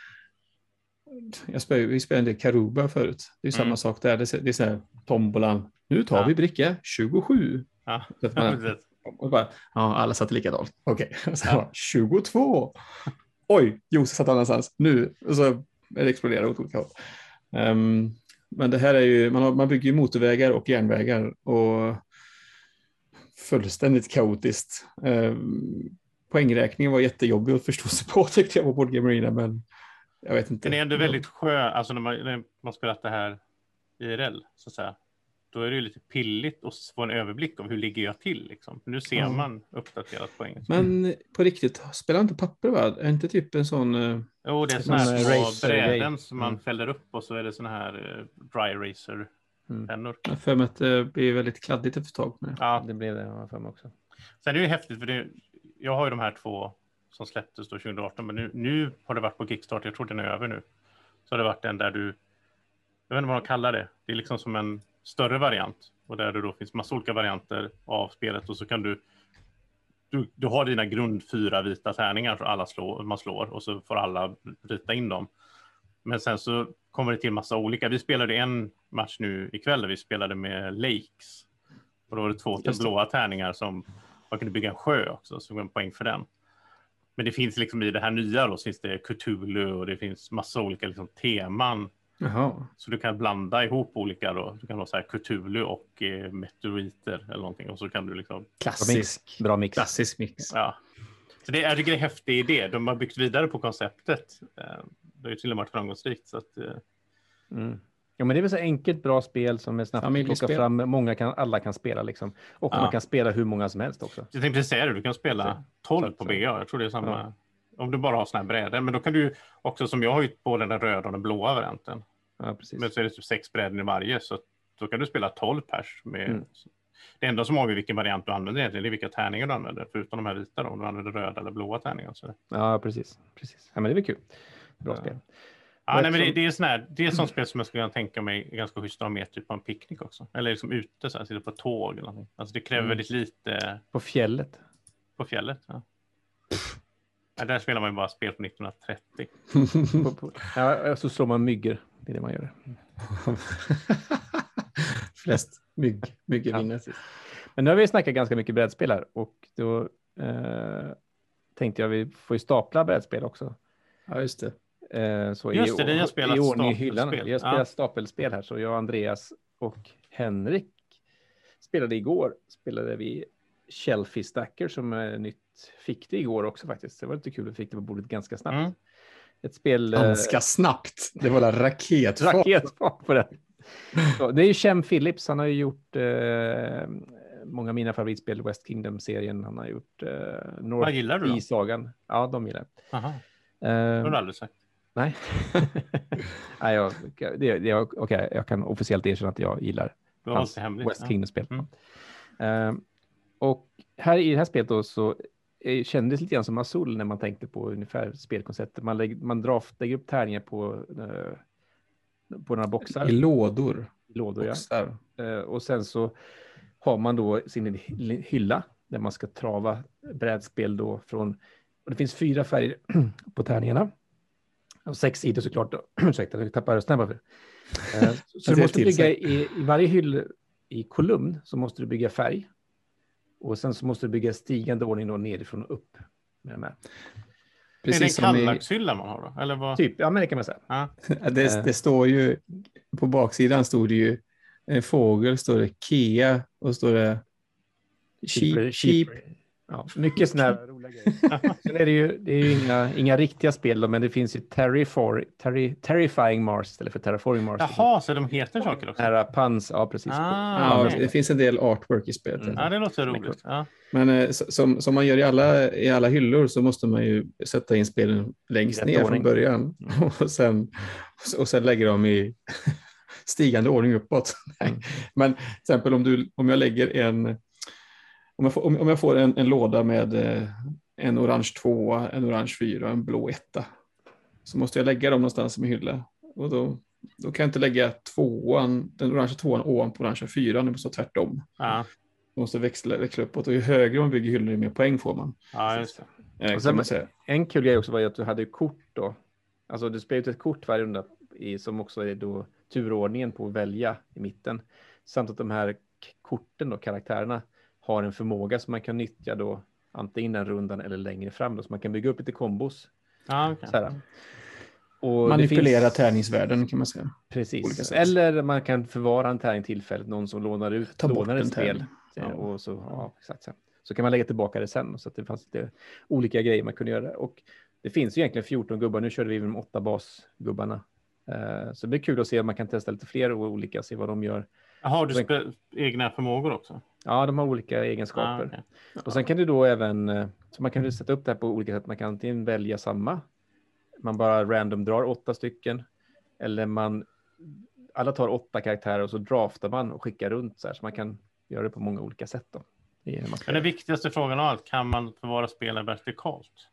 vi spelade en del Karuba förut. Det är samma sak där. Det är så här, tombolan. Nu tar vi bricka 27. Ja. Och bara, alla satt likadant. Okej. Så 22. Oj, Josef satt annanstans. Nu. Och så det exploderar åt olika håll. Men det här är ju, man bygger ju motorvägar och järnvägar och fullständigt kaotiskt. Poängräkningen var jättejobbig att förstå sig på, tyckte jag, på Board Game Arena, men jag vet inte. Den är ändå väldigt skön, alltså när man spelat det här IRL, så att säga. Då är det ju lite pilligt att få en överblick av hur ligger jag till, liksom. Nu ser man uppdaterat poäng. Men på riktigt, spelar inte papper, va? Är inte typ en sån... Jo, det är sån här små bräden som man fäller upp och så är det sån här dry eraser pennor. Jag för mig att det blir väldigt kladdigt efter ett tag med det. Ja, det blev det för mig också. Sen är det ju häftigt, för jag har ju de här 2 som släpptes då 2018, men nu har det varit på Kickstarter, jag tror den är över nu. Så har det varit den där jag vet inte vad de kallar det. Det är liksom som en större variant och där det då finns massa olika varianter av spelet och så kan du har dina grund 4 vita tärningar så man slår och så får alla rita in dem. Men sen så kommer det till massa olika. Vi spelade en match nu ikväll där vi spelade med Lakes och då var det 2 blåa tärningar som man kunde bygga en sjö också, så en poäng för den. Men det finns liksom i det här nya då, så finns det Cthulhu och det finns massa olika liksom teman. Jaha. Så du kan blanda ihop olika då. Du kan ha så här Cthulhu och meteoriter eller någonting. Och så kan du liksom... Bra mix. Klassisk mix. Ja. Så det är en häftig idé. De har byggt vidare på konceptet. Det har ju till och med varit framgångsrikt. Så att, Ja, men det är väl så enkelt bra spel som är snabbt att plocka fram. Alla kan spela liksom. Och man kan spela hur många som helst också. Jag tänkte säga det, du kan spela 12 på BA. Jag tror det är samma. Ja. Om du bara har såna här brädor. Men då kan du också, som jag har ju både den röda och den blåa varianten. Ja, precis. Men så är det typ 6 brädor i varje. Så då kan du spela 12 pers. Det enda som avgör vilken variant du använder egentligen, det är vilka tärningar du använder. Förutom de här vita då, om du använder röda eller blåa tärningar. Så. Ja, precis. Ja, men det är väl kul. Bra spel. Ja, nej, men det är ett sånt spel som jag skulle kunna tänka mig ganska schysst att ha med typ på en picknick också. Eller liksom ute, så här, sitta på ett tåg eller någonting. Alltså det kräver väldigt lite... På fjället? På fjället, ja. Ja, där spelar man ju bara spel från 1930. Ja, så slår man myggor. Det är det man gör. Flest myggor vinner. Men nu har vi snackat ganska mycket brädspel här. Och då tänkte jag vi får ju stapla brädspel också. Ja, just det. Så just det, jag spelat stapelspel. Jag spelar stapelspel här. Så jag, Andreas och Henrik spelade vi Shellfish Stacker som är nytt. Fick det igår också faktiskt. Det var lite kul, vi fick det på bordet ganska snabbt. Ett spel... Ganska snabbt. Det var en raketfart på det. Så, det är ju Chem Phillips. Han har ju gjort många av mina favoritspel. West Kingdom-serien. Han har gjort Vad gillar du då? Sagan. Ja, de gillar. Aha. Det har du aldrig sagt. Nej. Nej, jag kan officiellt erkänna att jag gillar hans West Kingdom-spel. Och här i det här spelet då så kändes lite grann som Azul när man tänkte på ungefär spelkonceptet. Man lägger upp tärningar på några boxar. I lådor. Ja. Och sen så har man då sin hylla där man ska trava brädspel då från, och det finns 4 färger på tärningarna. Och 6 sidor såklart då. Ursäkta, jag tappar rösten bara för det. Så du måste bygga i varje hyll i kolumn så måste du bygga färg. Och sen så måste du bygga stigande ordning då nerifrån och upp med de här. Precis, är det en kallaxhylla man har då? Eller vad? Typ, ja men det kan man säga. Ja. Det står ju, på baksidan stod det ju en fågel, står det Kea och står det sheep. Ja, mycket sådana här roliga grejer. Sen är det är ju inga riktiga spel då, men det finns ju Terrifying Mars istället för Terraforming Mars. Jaha, så de heter saker också? Ja, precis. Okay. Det finns en del artwork i spelet. Ja, det låter roligt. Ja. Men som man gör i alla hyllor så måste man ju sätta in spelen längst ner från början. Och sen lägger de i stigande ordning uppåt. Men till exempel om jag lägger om jag får en låda med en orange 2, en orange 4 och en blå 1, så måste jag lägga dem någonstans i min hylla. Och då kan jag inte lägga den orange 2 ovanpå orange 4, det måste vara tvärtom. Ja. Man måste växla uppåt, och ju högre man bygger hyllor, ju mer poäng får man. Ja, just det. Och sen, en kul grej också var ju att du hade kort då. Alltså du spelar ut ett kort varje runda som också är då turordningen på att välja i mitten. Samt att de här korten då, karaktärerna, har en förmåga som man kan nyttja då antingen den rundan eller längre fram då, så man kan bygga upp lite kombos. Okay. Och manipulera tärningsvärden kan man säga. Precis. Eller man kan förvara en tärning tillfälligt, någon som lånar ett spel. Och så, exakt så kan man lägga tillbaka det sen, så att det fanns lite olika grejer man kunde göra. Och det finns ju egentligen 14 gubbar. Nu körde vi med de 8 basgubbarna. Så det blir kul att se om man kan testa lite fler och olika, se vad de gör. Har du egna förmågor också? Ja, de har olika egenskaper. Okay. Och sen kan du då även, så man kan sätta upp det här på olika sätt. Man kan antingen välja samma, man bara random drar 8 stycken, eller alla tar 8 karaktärer och så draftar man och skickar runt så här, så man kan göra det på många olika sätt då. Men den viktigaste frågan av allt, kan man förvara spelen vertikalt?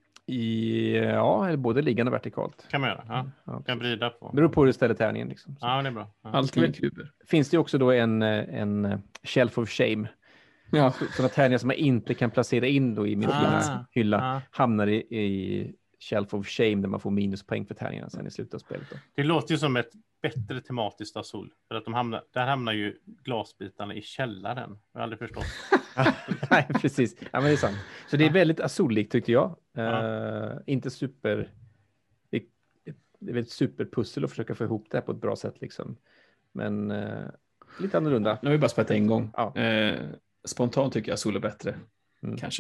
Ja, eller både liggande och vertikalt. Kan man göra, ja. Kan vrida på. Det beror på hur du ställer tärningen liksom. Ja, det är bra. Ja. Allting i kuber. Finns det också då en shelf of shame. Ja. Sådana tärningar som man inte kan placera in då i min hylla hamnar i shelf of shame, där man får minuspoäng för tärningarna sen i slutet av spelet då. Det låter ju som ett bättre tematiskt Azul, för att där hamnar ju glasbitarna i källaren. Jag har aldrig förstått. Nej, precis. Ja, men det är sant. Så det är väldigt Azul-likt tyckte jag. Inte super... Det är väl ett superpussel att försöka få ihop det här på ett bra sätt liksom. Men lite annorlunda. Nu har vi bara spelat en gång. Ja. Spontant tycker jag Azul är bättre. Kanske.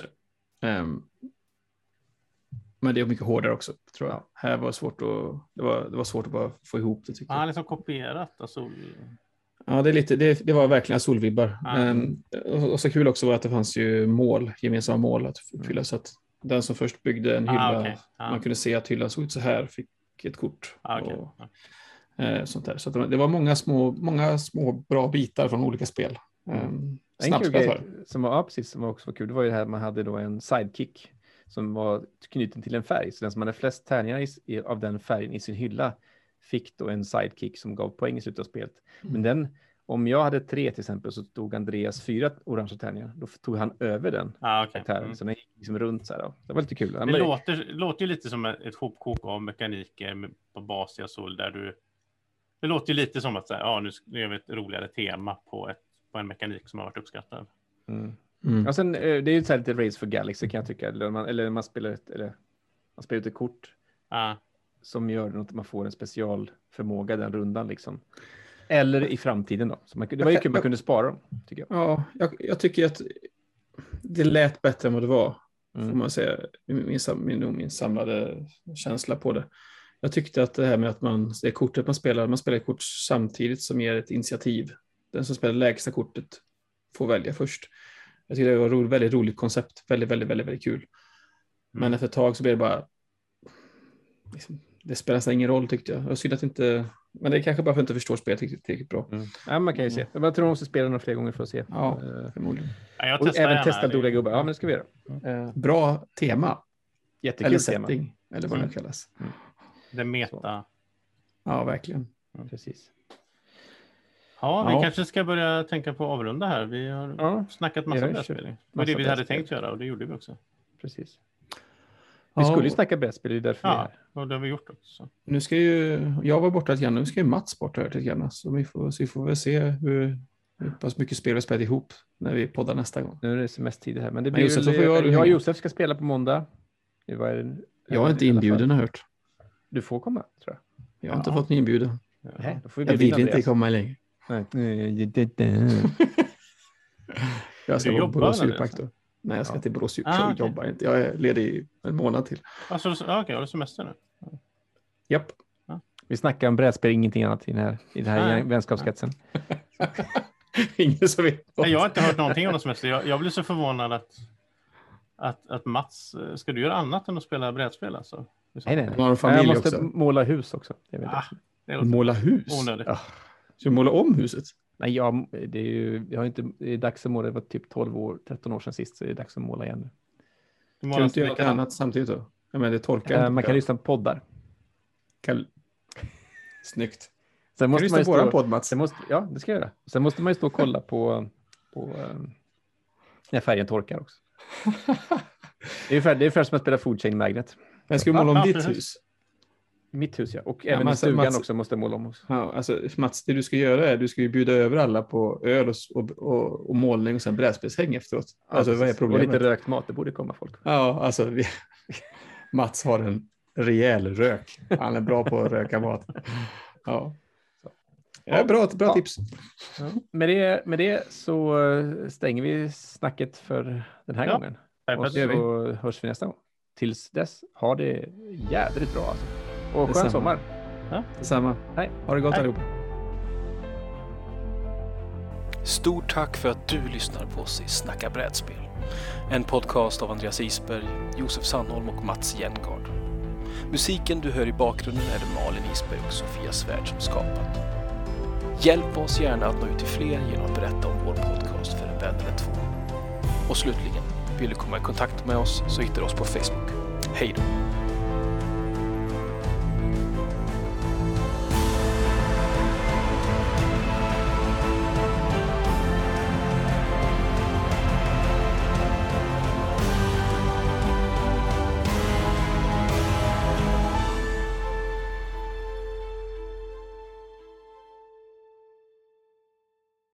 Men det är mycket hårdare också, tror jag. Här var det var svårt att bara få ihop det, tycker jag. Han är liksom kopierat Azul. Ja, det var verkligen Azul-vibbar. Och så kul också var att det fanns ju gemensamma mål att uppfylla, så att den som först byggde en hylla, man kunde se att hyllan såg ut så här, fick ett kort. Och sånt där. Så att det var många små bra bitar från olika spel. En kul grej som var också kul, det var ju det här, man hade då en sidekick som var knuten till en färg. Så den som hade flest tärningar av den färgen i sin hylla fick då en sidekick som gav poäng i slutet av spelet. Men om jag hade 3 till exempel, så tog Andreas 4 orange tärningar. Då tog han över den. Så den gick liksom runt så här. Då. Det var lite kul. Det låter ju lite som ett hopkok av mekaniker på bas i Azul, där det låter ju lite som att nu gör vi ett roligare tema på en mekanik som har varit uppskattad. Och sen, det är ju så här lite Race for Galaxy kan jag tycka. Eller man spelar ut ett kort som gör något, man får en specialförmåga den rundan liksom. Eller i framtiden då. Så det var ju kul, man kunde spara dem, tycker jag. Ja, jag tycker att det lät bättre än vad det var. Får man säga. Min samlade känsla på det. Jag tyckte att det här med att man spelar ett kort samtidigt som ger ett initiativ. Den som spelar lägsta kortet får välja först. Jag tycker det var ett väldigt roligt koncept. Väldigt, väldigt, väldigt, väldigt kul. Men efter ett tag så blir det bara... det spelar ingen roll, tyckte jag. Jag synd att inte Men det är kanske bara för att inte förstår spelet riktigt bra. Ja, man kan ju se. Jag tror de måste spela några fler gånger för att se. Ja, förmodligen. Ja, och även testa dåliga gubbar. Ja, men det ska vi göra. Bra tema. Jättekul eller tema. setting, eller vad det kallas. Det meta. Ja, verkligen. Precis. Ja, vi kanske ska börja tänka på att avrunda här. Vi har snackat massa brädspel. Det var det vi hade tänkt göra och det gjorde vi också. Precis. Vi skulle ju snacka brädspel, det är därför vi är här. Ja, och det har vi gjort också. Nu ska jag var borta lite grann, nu ska ju Mats borta lite grann. Så vi får väl se hur pass mycket spel vi spelar ihop när vi poddar nästa gång. Nu är det semestertid här, men det blir Josef, jag och Josef ska spela på måndag. Jag har inte inbjuden, har hört. Du får komma, tror jag. Jag har inte fått en inbjudan. Nej, då får jag vill inte komma längre. Jag ska vara Borås djurpark då. Nej, jag ska till Borås djurpark. Jag jobbar inte. Jag är ledig en månad till. Alltså, okej, har du semester nu? Japp. Vi snackar om brädspel, ingenting annat i den här vänskapskretsen. Ingen som vet. Jag har inte hört någonting om någon semester. Jag blir så förvånad att Mats, ska du göra annat än att spela brädspel? Alltså? Nej. Jag måste också. Måla hus också. Måla hus? Onödigt. Ja. Ska du måla om huset? Nej, det är dags att måla. Det var typ 13 år sedan sist, så det är dags att måla igen. Kan du inte göra något annat samtidigt då? Jag menar, det torkar. Man kan lyssna på poddar. Snyggt. Sen måste man man ju podd, Mats. Ja, det ska jag göra. Sen måste man ju stå och kolla på när färgen torkar också. Det är ungefär som att spela Food Chain Magnet. Jag ska måla om ditt hus. Mitt hus, ja. Och även i stugan också måste jag måla om också. Ja, alltså Mats, det du ska göra är du ska ju bjuda över alla på öl och målning och sen brädspelshäng efteråt. Alltså vad är problemet? Och lite rökt mat, det borde komma folk. Ja, alltså Mats har en rejäl rök. Han är bra på att röka mat. Ja. Ja, bra tips. Ja. Med det så stänger vi snacket för den här gången. Och så hörs vi nästa gång. Tills dess, ha det jädrigt bra alltså. Och skön sommar. Ja, detsamma. Hej. Ha det gott allihopa. Stort tack för att du lyssnar på oss i Snacka brädspel. En podcast av Andreas Isberg, Josef Sandholm och Mats Jengard. Musiken du hör i bakgrunden är det Malin Isberg och Sofia Svärd som skapat. Hjälp oss gärna att nå ut till fler genom att berätta om vår podcast för en vän eller två. Och slutligen, vill du komma i kontakt med oss så hittar du oss på Facebook. Hej då!